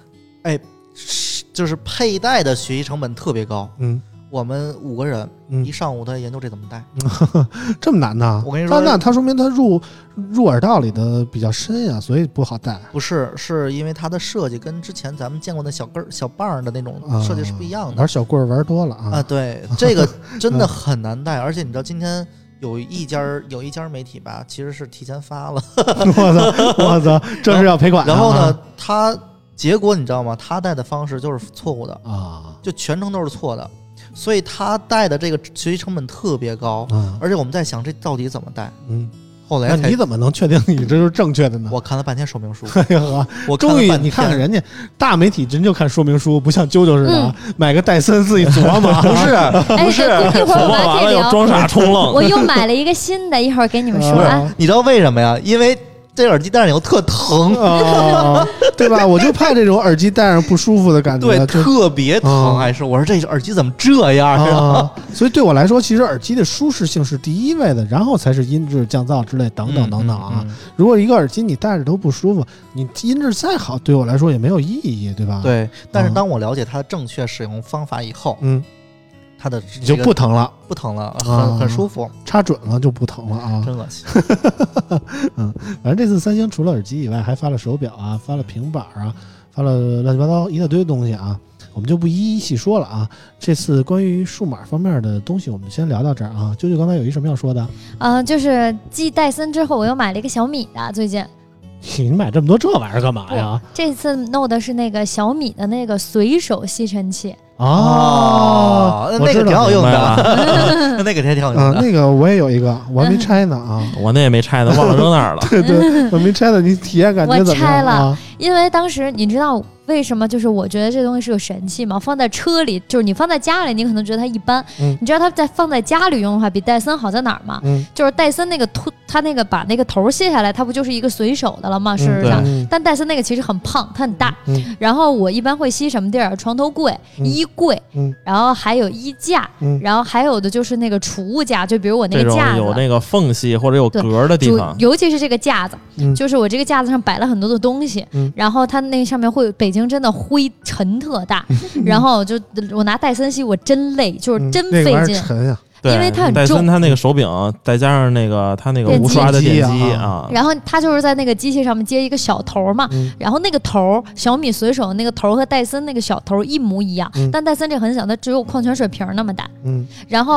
就是佩戴的学习成本特别高。我们5个人一上午在研究这怎么戴， 这么难呢？ 我跟你说， 那它说明它入耳道里的比较深呀，所以不好戴。 不是，是因为它的设计跟之前咱们见过的小根小棒的那种设计是不一样的。 玩小棍玩多了啊！ 对，这个真的很难戴，而且你知道今天。有一家媒体吧，其实是提前发了。 我操，这是要赔款。 然后呢，他结果你知道吗？他戴的方式就是错误的啊， 就全程都是错的，所以他戴的这个学习成本特别高。而且我们在想这到底怎么戴？后来那你怎么能确定你这是正确的呢？ 我看了半天说明书。 哎呀， 我终于你看看人家大媒体真就看说明书，不像啾啾似的买个戴森自己琢磨。 不是， 一会儿我们可以聊。 装傻充愣。 我又买了一个新的，一会儿给你们说啊。 你知道为什么呀？因为这耳机戴上以后特疼， 对吧？我就怕这种耳机戴上不舒服的感觉， 对，特别疼。还是我说这耳机怎么这样啊？ 所以对我来说，其实耳机的舒适性是第一位的，然后才是音质、降噪之类等等等等啊。如果一个耳机你戴着都不舒服，你音质再好，对我来说也没有意义，对吧？ 对。但是当我了解它的正确使用方法以后，它的就不疼了， 很舒服， 插准了就不疼了啊！ 真恶心。 反正这次三星除了耳机以外，还发了手表啊，发了平板啊，发了乱七八糟一大堆东西啊，我们就不一一细说了啊。这次关于数码方面的东西，我们先聊到这儿啊。啾啾刚才有一什么要说的？ 就是继戴森之后，我又买了一个小米的，最近。 你买这么多这玩意儿干嘛呀？ 这次弄的是那个小米的那个随手吸尘器。 那个挺好用的，那个挺好用的。 那个我也有一个，我还没拆呢啊。 我那也没拆呢，忘了扔那儿了。 对，我没拆呢，你体验感觉怎么样？ 我拆了，因为当时你知道为什么？就是我觉得这东西是个神器嘛，放在车里，就是你放在家里，你可能觉得它一般。你知道它放在家里用的话，比戴森好在哪儿吗？就是戴森那个它那个把那个头卸下来，它不就是一个随手的了吗？事实上，但戴森那个其实很胖，它很大。然后我一般会吸什么地儿？床头柜、衣柜，然后还有衣架，然后还有的就是那个储物架，就比如我那个架子有那个缝隙或者有格的地方， 尤其是这个架子，就是我这个架子上摆了很多的东西，然后它那上面会北京真的灰尘特大，然后就我拿戴森吸，我真累，就是真费劲。 沉呀。 因为它很重， 戴森它那个手柄再加上那个它那个无刷的电机啊， 然后它就是在那个机器上面接一个小头嘛，然后那个头小米随手那个头和戴森那个小头一模一样，但戴森这很小，它只有矿泉水瓶那么大，然后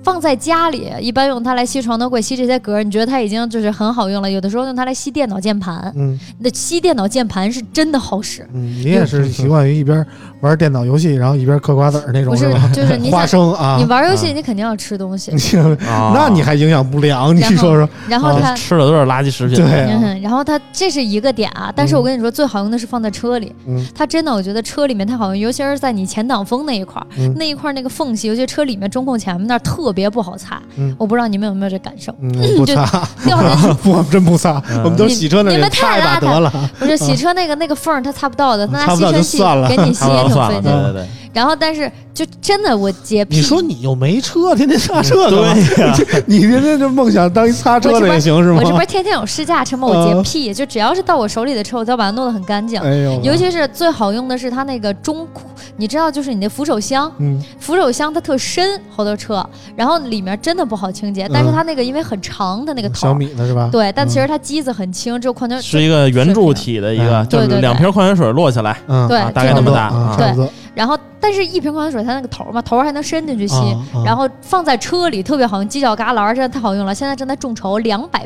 放在家里，一般用它来吸床头柜、吸这些格，你觉得它已经就是很好用了。有的时候用它来吸电脑键盘，那吸电脑键盘是真的好使。 你也是习惯于一边玩电脑游戏，然后一边嗑瓜子儿那种， 不是？就是你花生啊， 你玩游戏你肯定要吃东西， 那你还营养不良？你说说。 然后它吃的都是垃圾食品。 对， 然后它这是一个点啊，但是我跟你说，最好用的是放在车里。它真的，我觉得车里面它好用，尤其是在你前挡风那一块，那个缝隙，尤其车里面中控前面那儿特别不好擦。我不知道你们有没有这感受？ 不擦，我们真不擦，我们都洗车那你们太把得了。 不是洗车那个缝它擦不到的，它拿吸尘器给你吸也挺费劲。 对。 然后，但是就真的我洁癖。 你说你又没车，天天擦车的，你天天就梦想当一擦车的也行是吗？ 我这不是天天有试驾车吗？我洁癖，就只要是到我手里的车，我都要把它弄得很干净。尤其是最好用的是它那个中库，你知道，就是你那扶手箱，扶手箱它特深，好多车，然后里面真的不好清洁。但是它那个因为很长的那个头， 小米的是吧？ 对，但其实它机子很轻，只有矿泉水是一个圆柱体的一个，就是2瓶矿泉水摞起来， 对， 大概那么大， 对。然后，但是1瓶矿泉水它那个头嘛，头还能伸进去吸，然后放在车里特别好用，犄角旮旯真的太好用了。现在正在众筹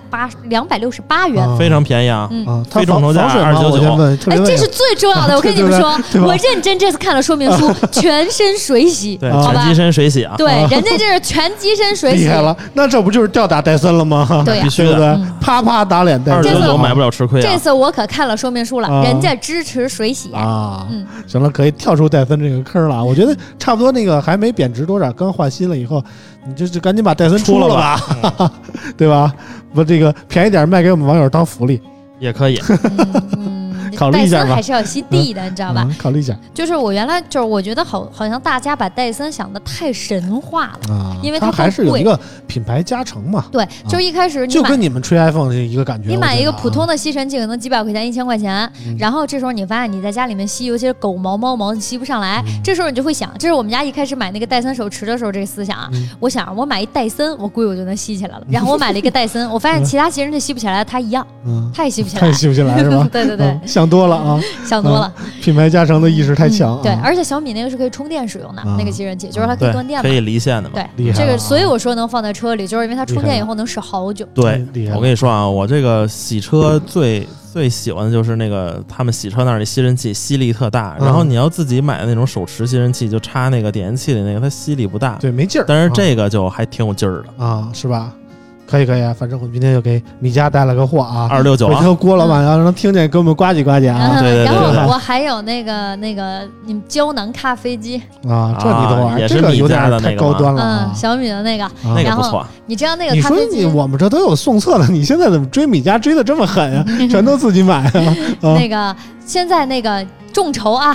268元， 非常便宜啊！非众筹价 299。哎，这是最重要的，我跟你们说，我认真这次看了说明书，全身水洗， 对，全机身水洗啊！ 对，人家这是全机身水洗， 厉害了，那这不就是吊打戴森了吗？ 对呀， 必须的，啪啪打脸戴森。 299买不了吃亏啊！ 这次我可看了说明书了，人家支持水洗啊。行了，可以跳出戴森这个坑了。我觉得差不多，那个还没贬值多少，刚换新了以后，你就赶紧把戴森出了吧，对吧？不，这个便宜点卖给我们网友当福利也可以。 考虑一下吧， 戴森还是要吸地的，你知道吧？ 考虑一下。 就是我原来就是我觉得好像大家把戴森想的太神话了，因为它还是有一个品牌加成嘛。 对，就是一开始就跟你们吹 iPhone 一个感觉。 你买一个普通的吸尘器可能几百块钱、1000块钱，然后这时候你发现你在家里面吸，尤其是狗毛、猫毛，你吸不上来。这时候你就会想，这是我们家一开始买那个戴森手持的时候这个思想。我想我买一戴森，我估计我就能吸起来了。然后我买了一个戴森，我发现其他吸尘器吸不起来，它一样，它也吸不起来， 它也吸不起来是吧？ 对对对， 想多了啊。 想多了， 品牌加成的意识太强。 对，而且小米那个是可以充电使用的那个吸尘器，就是它可以断电嘛， 可以离线的嘛。 对，这个所以我说能放在车里，就是因为它充电以后能使好久。 对，我跟你说啊，我这个洗车最喜欢的就是那个他们洗车那儿的吸尘器，吸力特大。然后你要自己买的那种手持吸尘器，就插那个点烟器里那个，它吸力不大， 对，没劲儿。 但是这个就还挺有劲儿的啊，是吧？可以啊，反正我今天就给米家带了个货啊 ，269。 回头郭老板要能听见，给我们呱唧呱唧啊。 对。 然后我还有那个你们胶囊咖啡机啊，这你都玩， 也是这个有点太高端了。 小米的那个， 那个不错。 你知道那个咖啡机？ 你说我们这都有送测了，你现在怎么追米家追的这么狠啊？全都自己买啊？ 那个现在那个众筹啊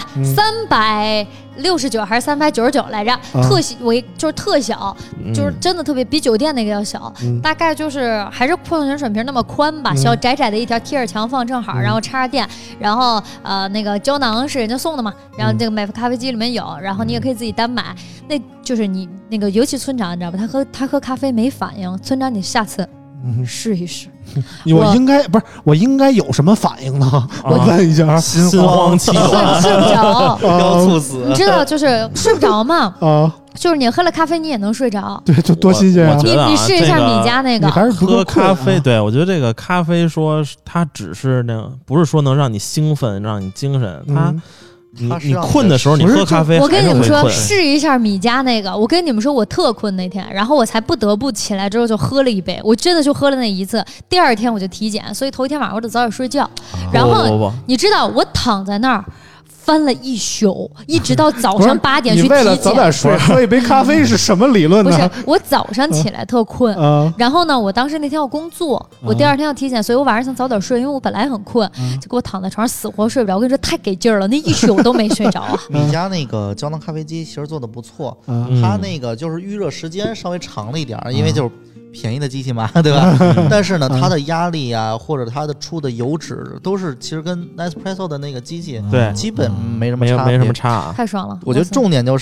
，369还是399来着？就是特小，就是真的特别比酒店那个要小，大概就是还是矿泉水瓶那么宽吧，小窄窄的一条，贴着墙放正好，然后插着电，然后那个胶囊是人家送的嘛，然后这个买咖啡机里面有，然后你也可以自己单买，那就是你那个尤其村长你知道吧，他喝咖啡没反应，村长你下次试一试。 我应该有什么反应呢？我问一下， 心慌气短， 睡不着， 要猝死。 你知道就是睡不着吗？就是你喝了咖啡你也能睡着。 对，就多新鲜啊！ 你试一下米家那个。 你还是喝咖啡，对，我觉得这个咖啡说它只是不是说能让你兴奋，让你精神，你困的时候你喝咖啡， 我跟你们说试一下米家那个。我跟你们说我特困那天，然后我才不得不起来之后就喝了一杯，我真的就喝了那一次。第二天我就体检，所以头一天晚上我得早点睡觉。然后你知道我躺在那儿翻了一宿，一直到早上8点去体检。 你为了早点睡，喝一杯咖啡是什么理论呢？ 不是，我早上起来特困，然后呢，我当时那天要工作，我第二天要体检，所以我晚上想早点睡，因为我本来很困，就给我躺在床上死活睡不着。我跟你说，太给劲儿了，那一宿都没睡着啊。 米家那个胶囊咖啡机其实做的不错，它那个就是预热时间稍微长了一点，因为就是便宜的机器嘛，对吧？但是呢，它的压力啊，或者它的出的油脂，都是其实跟 Nespresso 的那个机器对基本没什么差， 太爽了。 我觉得重点就是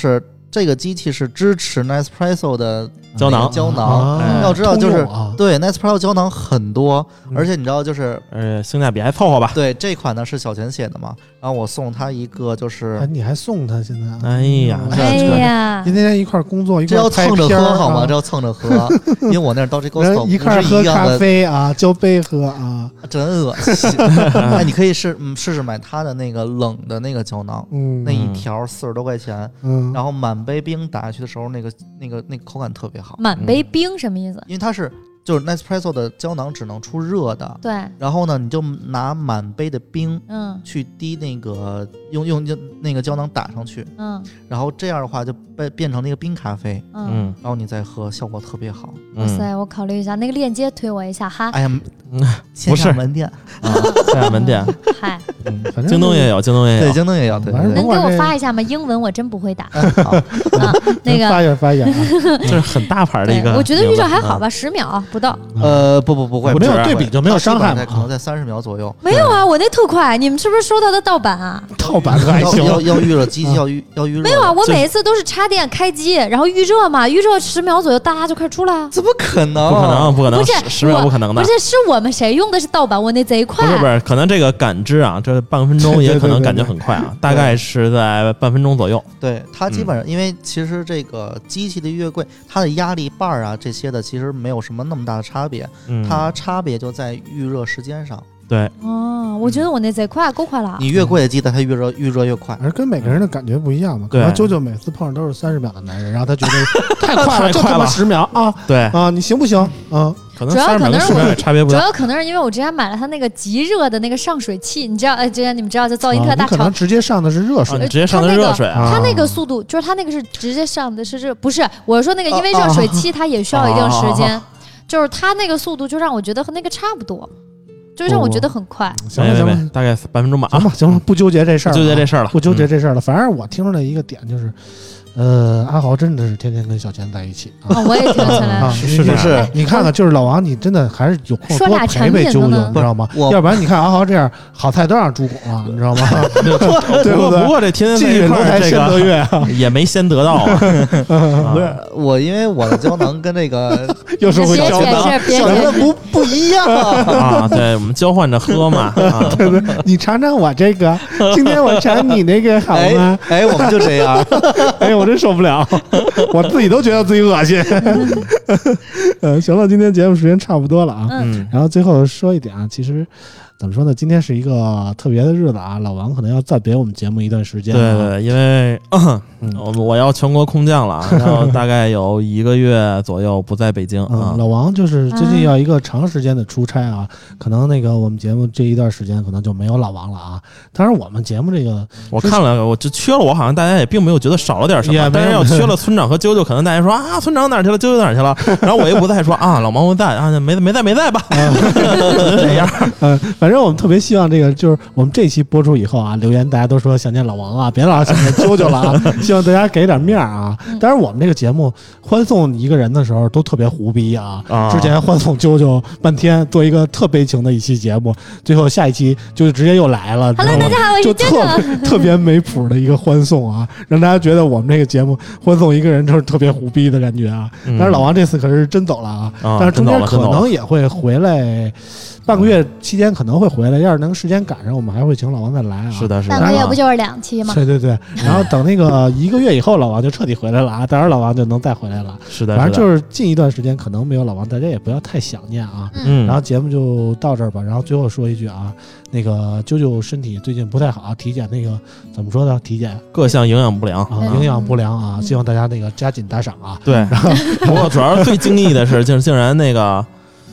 这个机器是支持 Nespresso 的胶囊， 要知道就是对 Nespresso 胶囊很多，而且你知道就是性价比还凑合吧。 对，这款呢是小钱写的嘛，然后我送他一个就是， 你还送他现在？ 哎呀， 今天一块工作， 这要蹭着喝好吗？这要蹭着喝，因为我那到这Costco 一块喝咖啡啊，交杯喝啊， 真恶心。哎，你可以试试买他的那个冷的那个胶囊，那一条40多块钱，然后满杯冰打下去的时候，那个口感特别好。 满杯冰什么意思？ 因为它是就是 Nespresso 的胶囊只能出热的， 对。 然后呢，你就拿满杯的冰，去滴那个用那个胶囊打上去，然后这样的话就变成那个冰咖啡，然后你再喝，效果特别好。 哇塞，我考虑一下，那个链接推我一下哈。 哎呀，线下门店， 线下门店， 嗨， 京东也有，京东也有， 对，京东也有，对。 能给我发一下吗？英文我真不会打。那个发言， 这是很大牌的一个。 我觉得预热还好吧，10秒不到。 不会， 没有对比就没有伤害， 可能在30秒左右。 没有啊，我那特快。你们是不是收到的盗版啊？ 盗版还行， 要预热，机器要预热。 没有啊，我每一次都是插电开机，然后预热嘛，预热10秒左右，大家就快出来。 怎么可能？ 不可能， 不是 10秒不可能的。 不是，是我们谁用的是盗版？我那贼快。 不是，可能这个感知啊，这半分钟也可能感觉很快啊，大概是在半分钟左右。 对，它基本上，因为其实这个机器的月柜，它的压力瓣啊这些的，其实没有什么那么大的差别，它差别就在预热时间上。 对， 我觉得我那贼快，够快了。 你越贵的机子，它预热越快， 而跟每个人的感觉不一样嘛。可能啾啾每次碰上都是30秒的男人，然后他觉得太快了，就他妈10秒啊！ 对啊，你行不行？ 可能30秒跟10秒也差别不大。 主要可能是因为我之前买了它那个极热的那个上水器，你知道？之前你们知道，就噪音特大， 可能直接上的是热水， 直接上的是热水啊。 它那个速度就是它那个是直接上的是热，不是我是说那个，因为热水器它也需要一定时间，就是它那个速度就让我觉得和那个差不多。就让我觉得很快， 行了， 大概半分钟吧。 行了，不纠结这事儿， 不纠结这事儿了， 不纠结这事儿了。反正我听出来一个点就是，阿豪真的是天天跟小钱在一起啊！我也听出来了， 是。你看看，就是老王，你真的还是有空多陪陪啾啾，你知道吗？要不然你看阿豪这样，好菜都让猪拱了，你知道吗？对不对？ 不过这天天在一块儿，这个也没先得到啊。 不是我，因为我的胶囊跟这个又是会胶囊， 小钱的不一样啊。对，我们交换着喝嘛。 对对，你尝尝我这个，今天我尝你那个好吗？ 哎，我们就这样。 哎，我真受不了，我自己都觉得自己恶心。行了，今天节目时间差不多了啊。然后最后说一点啊，其实怎么说呢？今天是一个特别的日子啊，老王可能要暂别我们节目一段时间。 对对，因为我要全国空降了，然后大概有1个月左右不在北京。 老王就是最近要一个长时间的出差啊，可能那个我们节目这一段时间可能就没有老王了啊。当然我们节目这个我看了，我就缺了我，好像大家也并没有觉得少了点什么，但是要缺了村长和啾啾，可能大家说啊，村长哪去了，啾啾哪去了，然后我又不在，说啊，老王不在啊，没在吧？这样， 反正我们特别希望这个，就是我们这期播出以后啊，留言大家都说想念老王啊，别老想念啾啾了啊，希望大家给点面啊。当然我们这个节目欢送一个人的时候都特别胡逼啊，之前欢送啾啾半天做一个特悲情的一期节目，最后下一期就直接又来了， Hello 大家好，我是啾啾，特别没谱的一个欢送啊，让大家觉得我们这个节目欢送一个人就是特别胡逼的感觉啊。但是老王这次可是真走了啊，但是中间可能也会回来。半个月期间可能会回来，要是能时间赶上，我们还会请老王再来啊。 是的，是的。 半个月不就是2期吗？ 对对对。然后等那个1个月以后，老王就彻底回来了啊！到时候老王就能再回来了。 是的。 反正就是近一段时间可能没有老王，大家也不要太想念啊。然后节目就到这儿吧。然后最后说一句啊，那个啾啾身体最近不太好，体检那个怎么说呢？体检各项营养不良啊，营养不良啊，希望大家那个加紧打赏啊。 对。然后不过主要最惊异的是，就是竟然那个。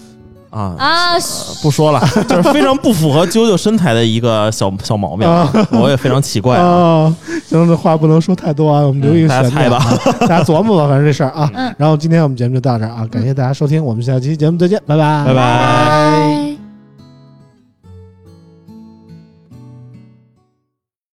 不说了，就是非常不符合啾啾身材的一个小毛病，我也非常奇怪啊。 行，这话不能说太多啊，我们留一个悬念吧，大家琢磨吧，反正这事儿啊。然后今天我们节目就到这儿啊，感谢大家收听，我们下期节目再见，拜拜， 拜拜。